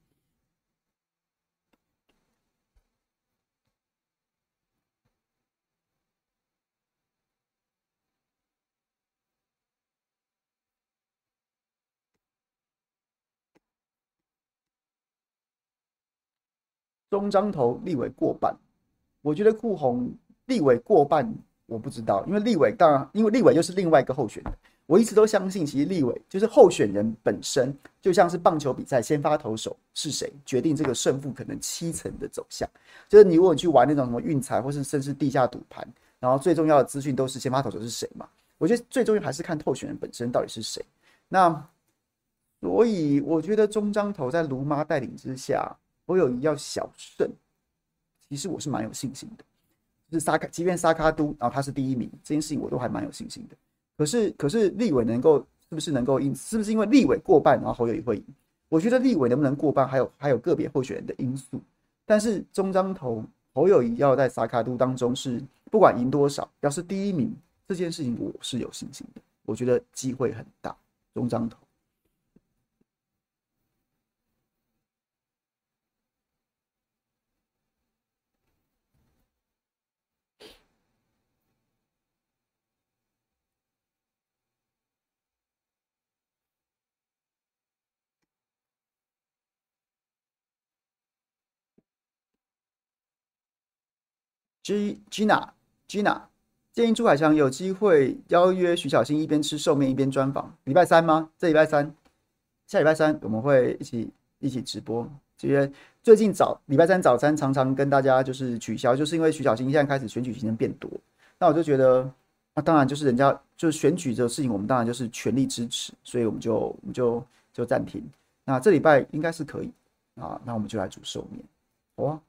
中彰投立委过半，我觉得顾宏立委过半，我不知道，因为立委当然，因为立委又是另外一个候选人。我一直都相信，其实立委就是候选人本身，就像是棒球比赛，先发投手是谁，决定这个胜负可能七成的走向。就是你如果你去玩那种什么运彩，或是甚至地下赌盘，然后最重要的资讯都是先发投手是谁嘛？我觉得最重要还是看候选人本身到底是谁。那所以我觉得中彰投在卢妈带领之下，侯友宜要小胜，其实我是蛮有信心的。就是沙卡，即便沙卡都，然后他是第一名，这件事情我都还蛮有信心的。可是，可是立委能够是不是能够赢？是不是因为立委过半，然后侯友宜会赢？我觉得立委能不能过半，还有还有个别候选人的因素。但是中彰投侯友宜要在沙卡都当中是不管赢多少，要是第一名，这件事情我是有信心的。我觉得机会很大，中彰投。G Gina Gina 建议朱海强有机会邀约徐小新一边吃寿面一边专访。礼拜三吗？这礼拜三，下礼拜三我们会一起一起直播。因为最近早礼拜三早餐常常跟大家就是取消，就是因为徐小新现在开始选举行程变多，那我就觉得，那、啊、当然就是人家就是选举这个事情，我们当然就是全力支持，所以我们就我们就就暂停。那这礼拜应该是可以啊，那我们就来煮寿面，好啊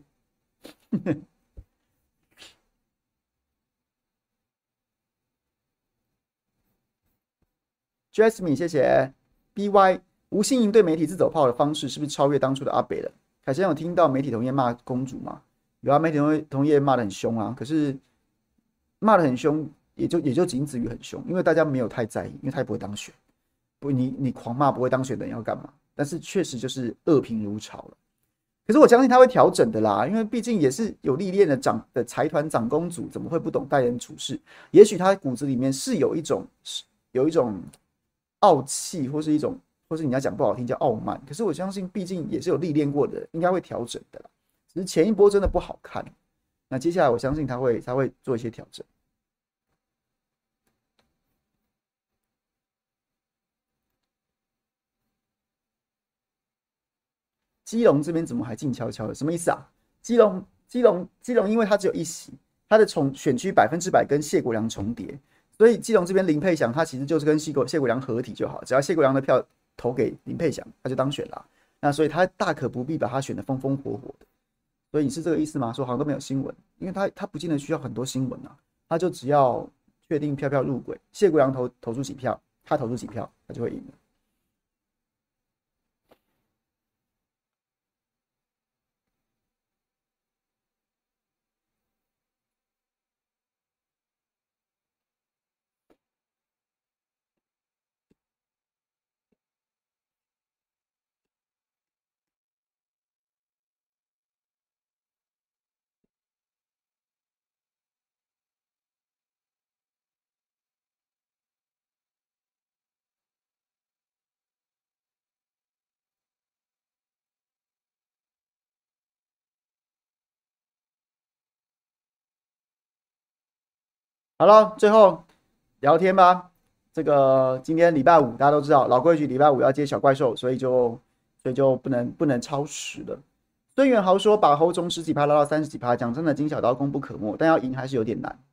，OK。Jasmine，谢谢。B Y 吴欣颖对媒体自走炮的方式是不是超越当初的阿北了？凯先有听到媒体同业骂公主吗？有啊，媒体同业同业骂的很凶啊，可是骂的很凶，也就也就仅止于很凶，因为大家没有太在意，因为他也不会当选。不，你你狂骂不会当选的人要干嘛？但是确实就是恶评如潮了。可是我相信他会调整的啦，因为毕竟也是有历练的长的财团长公主，怎么会不懂待人处事？也许他骨子里面是有一种有一种傲气，或是一种，或是你要讲不好听叫傲慢。可是我相信，毕竟也是有历练过的，应该会调整的啦。只是前一波真的不好看，那接下来我相信他会他会做一些调整。基隆这边怎么还静悄悄的？什么意思啊？基隆基隆基隆，因为它只有一席，它的重选区百分之百跟谢国良重叠，所以基隆这边林佩祥他其实就是跟谢国谢国良合体就好，只要谢国良的票投给林佩祥，他就当选了。那所以他大可不必把他选得风风火火的。所以你是这个意思吗？说好像都没有新闻，因为他他不见得需要很多新闻啊，他就只要确定票票入轨，谢国良投投出几票，他投出几票，他就会赢了。好了，最后聊天吧。这个今天礼拜五，大家都知道老规矩，礼拜五要接小怪兽，所以就所以就不能不能超时了。 孙元豪说把侯从十几趴拉到三十几趴，讲真的，金小刀功不可没，但要赢还是有点难。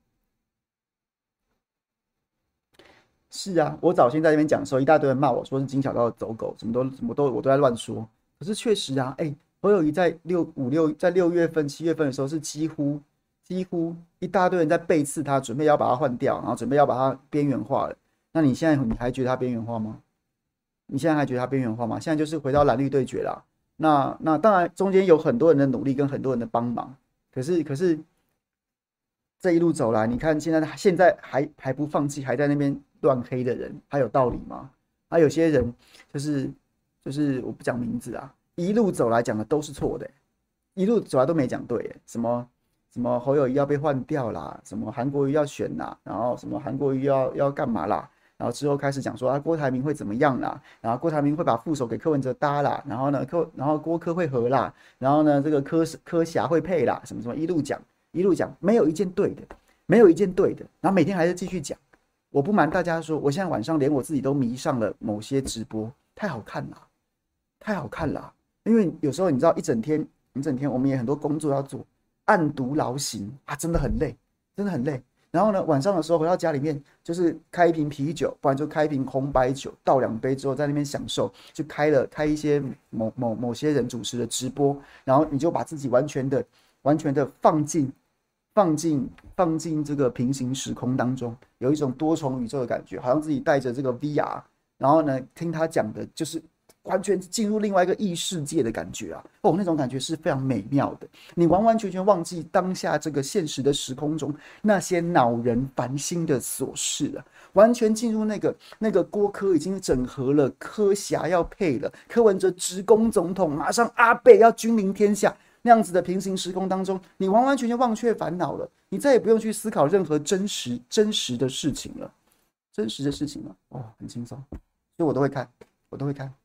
是啊，我早先在那边讲的时候，一大堆人骂我说是金小刀的走狗，什么都什么都我都在乱说。可是确实啊，哎、欸，侯友宜在六五六在六月份、七月份的时候是几乎几乎一大堆人在背刺他，准备要把他换掉，然后准备要把他边缘化了。那你现在你还觉得他边缘化吗？你现在还觉得他边缘化吗？现在就是回到蓝绿对决啦。那那当然中间有很多人的努力跟很多人的帮忙，可是可是这一路走来，你看现在现在还还不放弃，还在那边乱黑的人，还有道理吗？啊，有些人就是就是我不讲名字啊，一路走来讲的都是错的、欸，一路走来都没讲对、欸，什么什么侯友宜要被换掉啦，什么韩国瑜要选啦，然后什么韩国瑜要要干嘛啦？然后之后开始讲说啊，郭台铭会怎么样啦？然后郭台铭会把副手给柯文哲搭啦，然后呢柯，然后郭柯会合啦，然后呢这个柯柯霞会配啦，什么什么一路讲一路讲，没有一件对的，没有一件对的，然后每天还是继续讲。我不瞒大家说，我现在晚上连我自己都迷上了某些直播，太好看了，太好看了。因为有时候你知道，一整天一整天我们也很多工作要做，暗读劳形啊，真的很累，真的很累。然后呢，晚上的时候回到家里面，就是开一瓶啤酒，不然就开一瓶红白酒，倒两杯之后在那边享受，就开了开一些某某某些人主持的直播，然后你就把自己完全的完全的放进放进放进这个平行时空当中，有一种多重宇宙的感觉，好像自己带着这个 V R， 然后呢听他讲的就是完全进入另外一个异世界的感觉啊！哦，那种感觉是非常美妙的。你完完全全忘记当下这个现实的时空中那些恼人烦心的琐事了，完全进入那个那个郭柯已经整合了，柯霞要配了，柯文哲直攻总统，马上阿贝要君临天下那样子的平行时空当中，你完完全全忘却烦恼了，你再也不用去思考任何真实真实的事情了，真实的事情了，哦，很轻松，所以我都会看，我都会看。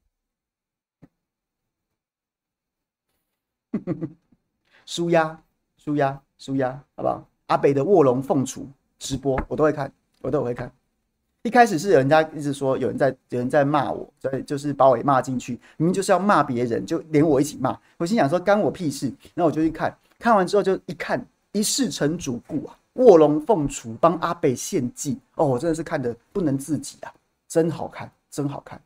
舒压，舒压，舒压，好不好？阿北的卧龙凤雏直播我都会看，我都会看。一开始是有人家一直说有人在有人在骂我，所以就是把我也骂进去，明明就是要骂别人，就连我一起骂。我心想说干我屁事，然后我就去看，看完之后就一看一试成主顾啊，卧龙凤雏帮阿北献祭，哦，我真的是看得不能自己啊，真好看，真好看。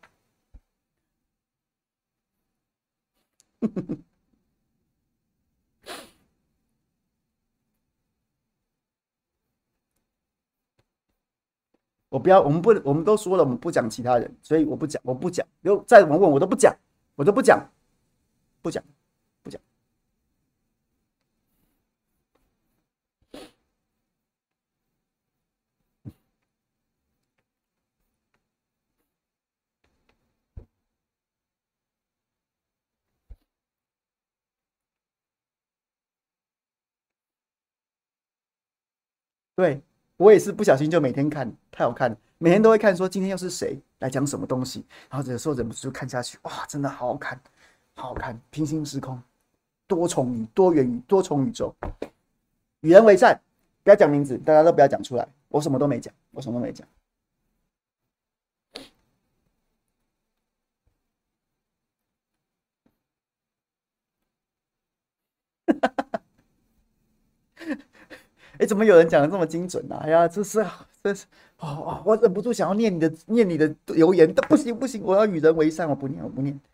我不要，我们不，我们都说了，我们不讲其他人，所以我不讲，我不讲，又再怎么问我都不讲，我都不讲，不讲，不讲。对，我也是不小心就每天看，太好看了，每天都会看，说今天又是谁来讲什么东西，然后有时候忍不住看下去，哇，真的好好看，好好看，平行时空，多重宇、多元宇、多重宇宙，与人为善，不要讲名字，大家都不要讲出来，我什么都没讲，我什么都没讲。哎，怎么有人讲的这么精准呢、啊？哎呀，这是这是哦哦，我忍不住想要念你的念你的留言，但不行不行，我要与人为善，我不念我不念。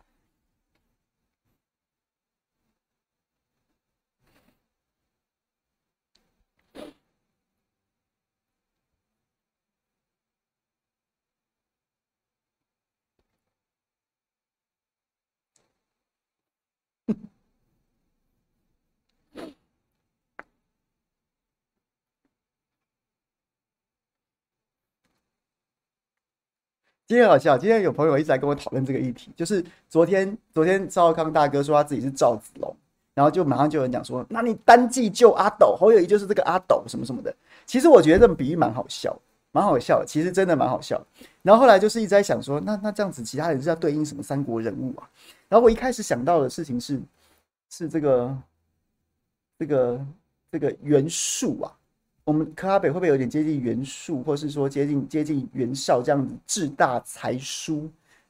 今天好笑，今天有朋友一直在跟我讨论这个议题，就是昨天昨天赵少康大哥说他自己是赵子龙，然后就马上就有人讲说，那你单季救阿斗，侯友宜就是这个阿斗什么什么的。其实我觉得这种比喻蛮好笑，蛮好笑的，其实真的蛮好笑。然后后来就是一直在想说，那那这样子其他人是要对应什么三国人物啊？然后我一开始想到的事情是是这个这个这个袁术啊。我们科阿北会不会有点接近袁术，或是说接近接近袁绍这样子志大才疏，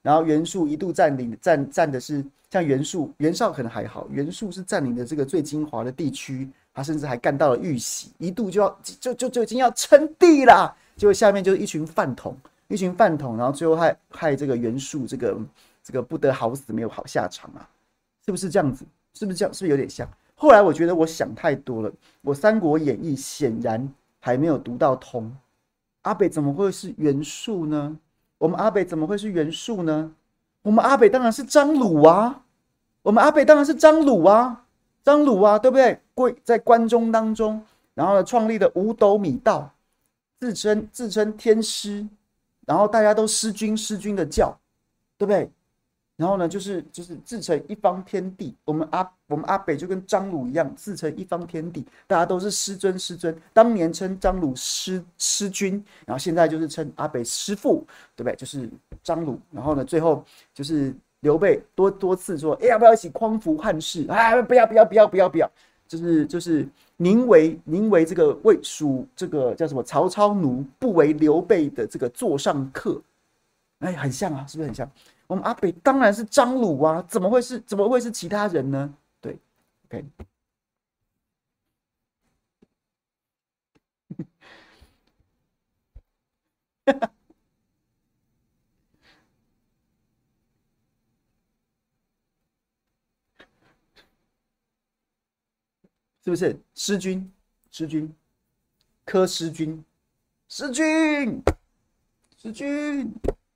然后袁术一度占领占占的是像袁术袁绍可能还好，袁术是占领的这个最精华的地区，他甚至还干到了玉玺，一度就要就就就已经要称帝啦，结果下面就是一群饭桶，一群饭桶，然后最后害害这个袁术这个这个不得好死，没有好下场啊，是不是这样子？是不是这样？是不是有点像？后来我觉得我想太多了，我《三国演义》显然还没有读到通，阿北怎么会是袁术呢？我们阿北怎么会是袁术呢？我们阿北当然是张鲁啊，我们阿北当然是张鲁啊，张鲁啊，对不对？贵在关中当中，然后呢创立了五斗米道，自称自称天师，然后大家都师君师君的叫，对不对？然后呢，就是就是自成一方天地。我们阿我们阿北就跟张鲁一样，自成一方天地，大家都是师尊师尊。当年称张鲁师师君，然后现在就是称阿北师父，对不对？就是张鲁。然后呢，最后就是刘备多多次说：“哎，要不要一起匡扶汉室？哎，不要不要不要不要不要！”就是就是宁为宁为这个魏属这个叫什么曹操奴，不为刘备的这个座上客。哎，很像啊，是不是很像？我们阿北当然是张鲁啊，怎么会是怎么会是其他人呢？对 ，OK， 是不是师君？师君，柯师君，师君，师君，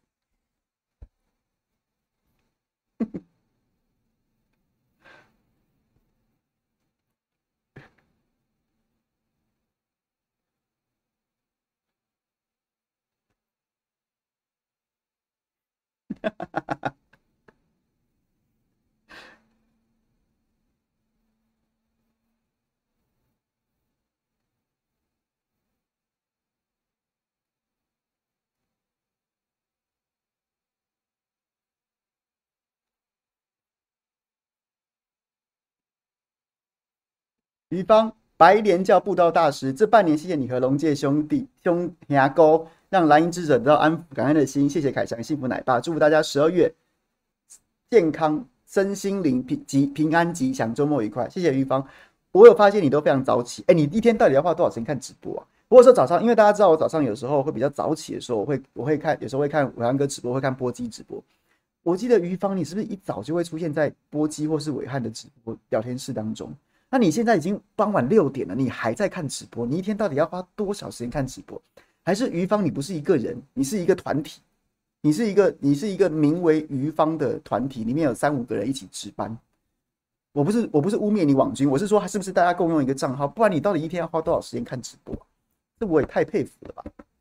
于方白莲教布道大师，这半年谢谢你和龙介兄弟兄牙沟，让蓝鹰之者得到安抚感恩的心。谢谢凯翔幸福奶爸，祝福大家十二月健康、身心灵平及平安吉祥，周末愉快。谢谢于方，我有发现你都非常早起，哎，你一天到底要花多少时间看直播啊？我有时候早上，因为大家知道我早上有时候会比较早起的时候，我会我会看，有时候会看伟汉哥直播，会看波基直播。我记得于方，你是不是一早就会出现在波基或是伟汉的直播聊天室当中？那你现在已经傍晚六点了，你还在看直播？你一天到底要花多少时间看直播？还是于方你不是一个人，你是一个团体，你是一个你是一个名为于方的团体，里面有三五个人一起值班。我不是我不是污蔑你网军，我是说是不是大家共用一个账号？不然你到底一天要花多少时间看直播啊？这我也太佩服了吧！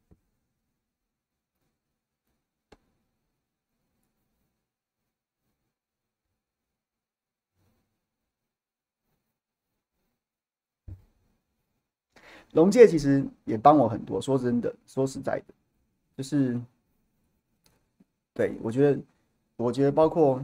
龙介其实也帮我很多，说真的，说实在的，就是对我觉得，我觉得包括，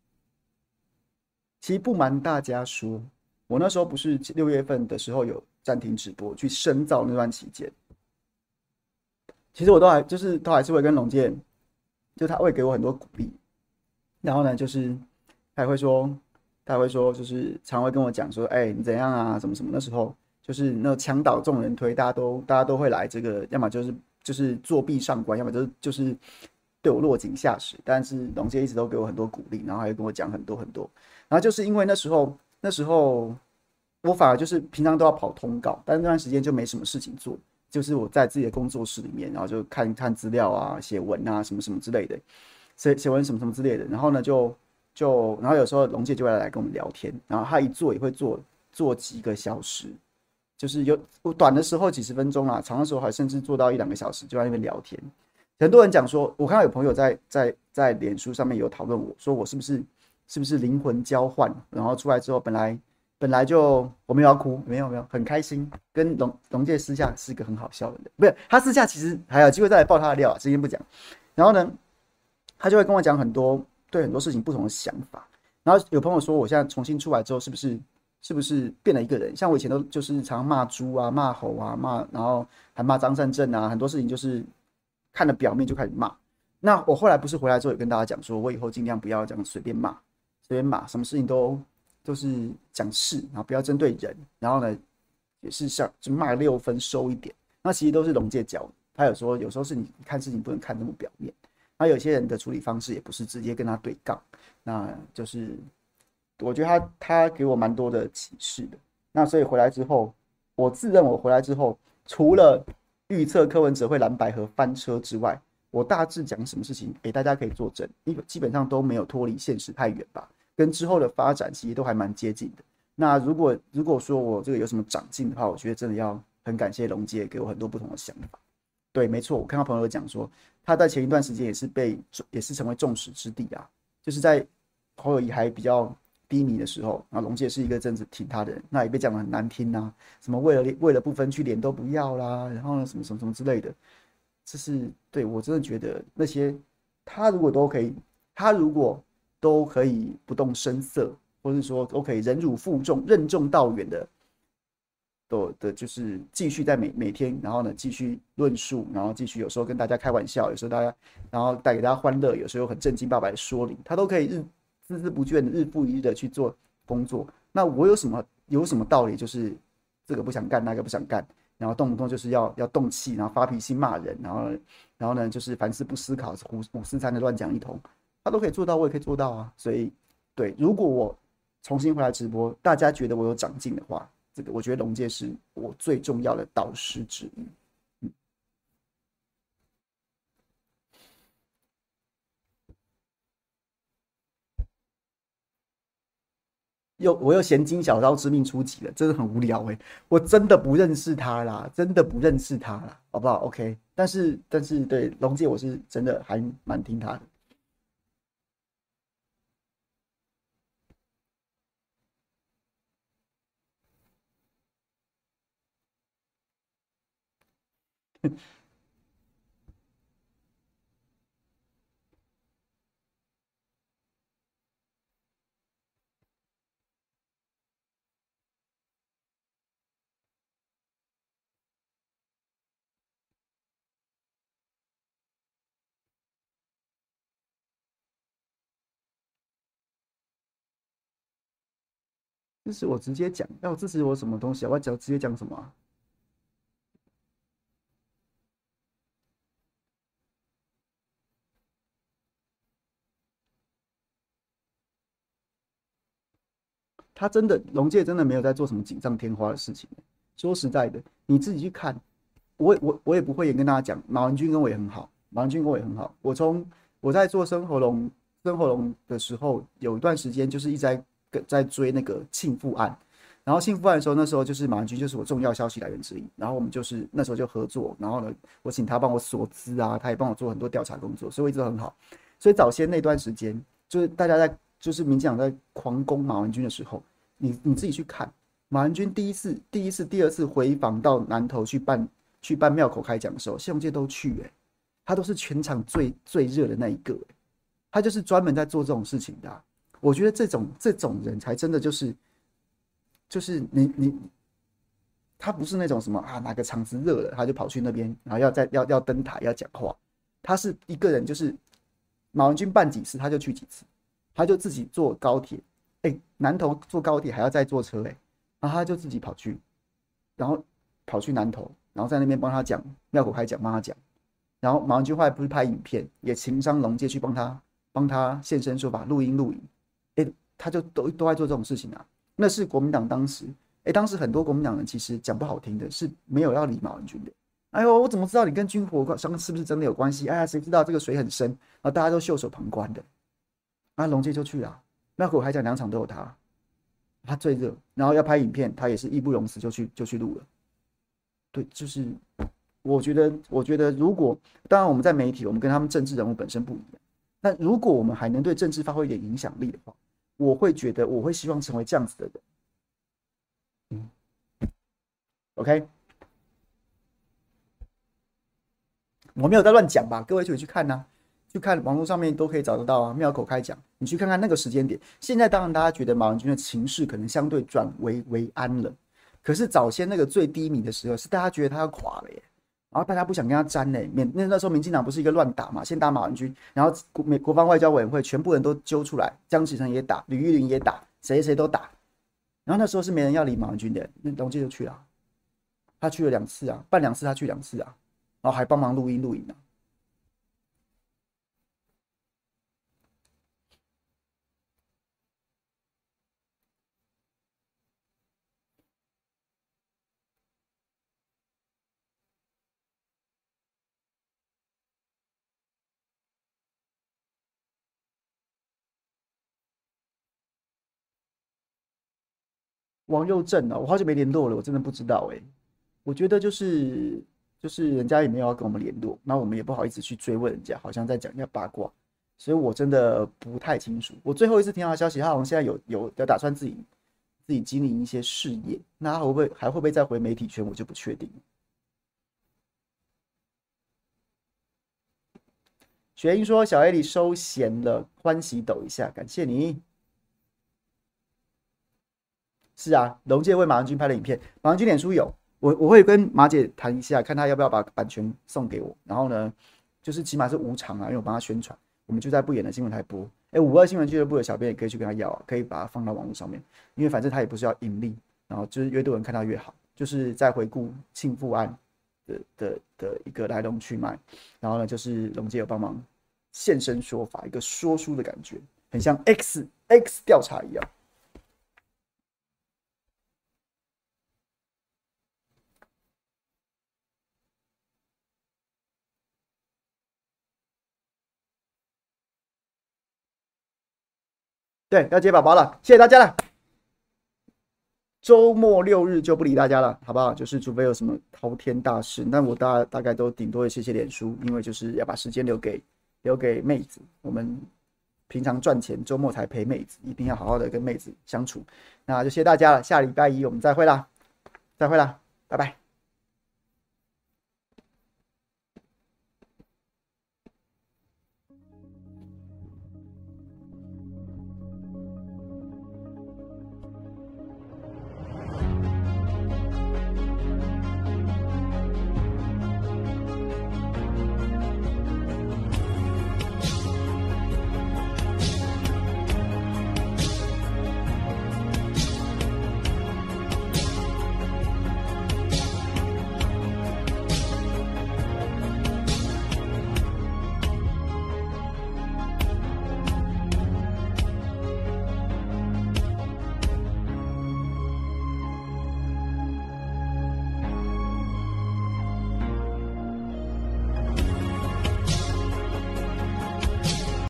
其实不瞒大家说，我那时候不是六月份的时候有暂停直播去深造那段期间，其实我都还就是都还是会跟龙介，就他会给我很多鼓励，然后呢，就是他也会说，他也会说，就是常会跟我讲说，哎、欸，你怎样啊，什么什么，那时候就是那墙倒众人推，大家都大家都会来这个，要么就是就是作弊上官，要么就是就是对我落井下石。但是龙介一直都给我很多鼓励，然后还跟我讲很多很多。然后就是因为那时候那时候我反而就是平常都要跑通告，但是那段时间就没什么事情做，就是我在自己的工作室里面，然后就看看资料啊、写文啊什么什么之类的，写写文什么什么之类的。然后呢就就然后有时候龙姐就会来跟我们聊天，然后他一坐也会坐坐几个小时。就是有短的时候几十分钟啊，长的时候还甚至做到一两个小时，就在那边聊天。很多人讲说，我看到有朋友在在在脸书上面有讨论我说我是不是是不是灵魂交换，然后出来之后本来本来就我没有要哭，没有没有很开心，跟龙龙介私下是一个很好笑的人，不是他私下其实还有机会再来爆他的料啊，今天不讲。然后呢，他就会跟我讲很多对很多事情不同的想法。然后有朋友说我现在重新出来之后是不是？是不是变了一个人？像我以前都就是常骂猪啊、骂猴啊、骂，然后还骂张善政啊，很多事情就是看了表面就开始骂。 那我后来不是回来之后也跟大家讲说，我以后尽量不要这样随便骂，随便骂，什么事情都都是讲事，然后不要针对人，然后呢，也是像就骂六分收一点。那其实都是龙介教的，他有说有时候是你看事情不能看那么表面，那有些人的处理方式也不是直接跟他对杠，那就是我觉得他他给我蛮多的启示的。那所以回来之后，我自认我回来之后，除了预测柯文哲会蓝白合翻车之外，我大致讲什么事情，给大家可以作证，基本上都没有脱离现实太远吧，跟之后的发展其实都还蛮接近的。那如果如果说我这个有什么长进的话，我觉得真的要很感谢龙介给我很多不同的想法。对，没错，我看到朋友讲说，他在前一段时间也是被也是成为众矢之的啊，就是在侯友宜还比较低迷的时候，然后龙介是一个真子挺他的人，那也被讲得很难听啊，什么为了为了不分区连都不要啦，然后呢什么什么什么之类的。这是对我真的觉得那些他如果都可以，他如果都可以不动声色，或者说都可以忍辱负重、任重道远的，的的就是继续在每每天，然后呢继续论述，然后继续有时候跟大家开玩笑，有时候大家然后带给大家欢乐，有时候很正经八百的说理，他都可以日孜孜不倦的日复一日的去做工作。那我有什么有什么道理？就是这个不想干，那个不想干。然后动不动就是要要动气，然后发脾气骂人，然后然后呢就是凡事不思考，五五四三的乱讲一通，他都可以做到，我也可以做到啊。所以，对，如果我重新回来直播，大家觉得我有长进的话，这个我觉得龙介是我最重要的导师之一。嗯，又我又嫌金小刀致命出击了，真的很无聊哎、欸，我真的不认识他啦，真的不认识他啦，好不好？OK，但是但是对龙介我是真的还蛮听他的。支持我直接讲，要支持我什么东西啊？我要讲直接讲什么啊？他真的龙介真的没有在做什么锦上添花的事情。说实在的，你自己去看，我我我也不会也跟大家讲，马文君跟我也很好，马文君跟我也很好。我从我在做生喉咙生喉咙的时候，有一段时间就是一直在在追那个庆父案，然后庆父案的时候，那时候就是马文君就是我重要消息来源之一，然后我们就是那时候就合作，然后呢，我请他帮我锁资啊，他也帮我做很多调查工作，所以我一直都很好。所以早先那段时间，就是大家在就是民进党在狂攻马文君的时候，你你自己去看，马文君第一次、第一次、第二次回访到南投去办去办庙口开讲的时候，谢龙介都去、欸，他都是全场最最热的那一个、欸，他就是专门在做这种事情的啊、我觉得这种这种人才真的就是就是你你他不是那种什么啊哪个场子热了他就跑去那边，然后要在要要登台要讲话，他是一个人就是马文君办几次他就去几次，他就自己坐高铁，哎、欸，南投坐高铁还要再坐车、欸，哎，然后他就自己跑去，然后跑去南投，然后在那边帮他讲庙口开讲帮他讲，然后马文君后来不是拍影片，也情商龙介去帮他帮他现身说法录音录影，哎、欸，他就都都在做这种事情啊。那是国民党当时，哎、欸，当时很多国民党人其实讲不好听的是没有要理马文君的。哎呦，我怎么知道你跟军火商是不是真的有关系？哎呀，谁知道这个水很深啊？大家都袖手旁观的。那龙介就去了，庙口还讲两场都有他，他最热，然后要拍影片，他也是义不容辞就去就去录了。对，就是我觉得，我觉得如果当然我们在媒体，我们跟他们政治人物本身不一样，但如果我们还能对政治发挥一点影响力的话，我会觉得我会希望成为这样子的人。嗯，OK，我没有在乱讲吧，各位就去看呐、啊，去看网络上面都可以找得到啊。庙口开讲，你去看看那个时间点。现在当然大家觉得马文君的情势可能相对转危为安了，可是早先那个最低迷的时候，是大家觉得他要垮了耶。 然后大家不想跟他沾呢、欸，免那那时候民进党不是一个乱打嘛，先打马文君，然后国美国防外交委员会全部人都揪出来，江启臣也打，吕玉玲也打，谁谁都打。然后那时候是没人要理马文君的，那龙介就去了，他去了两次啊，办两次他去两次啊，然后还帮忙录音录影啊。王佑正啊，我好久没联络了，我真的不知道哎、欸。我觉得就是就是人家也没有要跟我们联络，那我们也不好意思去追问人家，好像在讲一下八卦，所以我真的不太清楚。我最后一次听到的消息，他好像现在有有有打算自己自己经营一些事业，那他会不会还会不会再回媒体圈，我就不确定。雪英说：“小 A 里收闲了，欢喜抖一下，感谢你。”是啊，龙介为马文君拍的影片，马文君脸书有，我我会跟马姐谈一下，看她要不要把版权送给我。然后呢，就是起码是无偿啊，因为我帮她宣传，我们就在不演的新闻台播。哎，五二新闻俱乐部的小编也可以去跟他要啊，可以把它放到网络上面，因为反正他也不是要盈利，然后就是越多人看到越好，就是在回顾庆父案的的的一个来龙去脉。然后呢，就是龙介有帮忙现身说法，一个说书的感觉，很像 X X 调查一样。对，要接宝宝了，谢谢大家了。周末六日就不理大家了，好不好？就是除非有什么滔天大事，那我大大概都顶多会谢谢脸书，因为就是要把时间留给留给妹子。我们平常赚钱，周末才陪妹子，一定要好好的跟妹子相处。那就谢谢大家了，下礼拜一我们再会啦，再会啦，拜拜。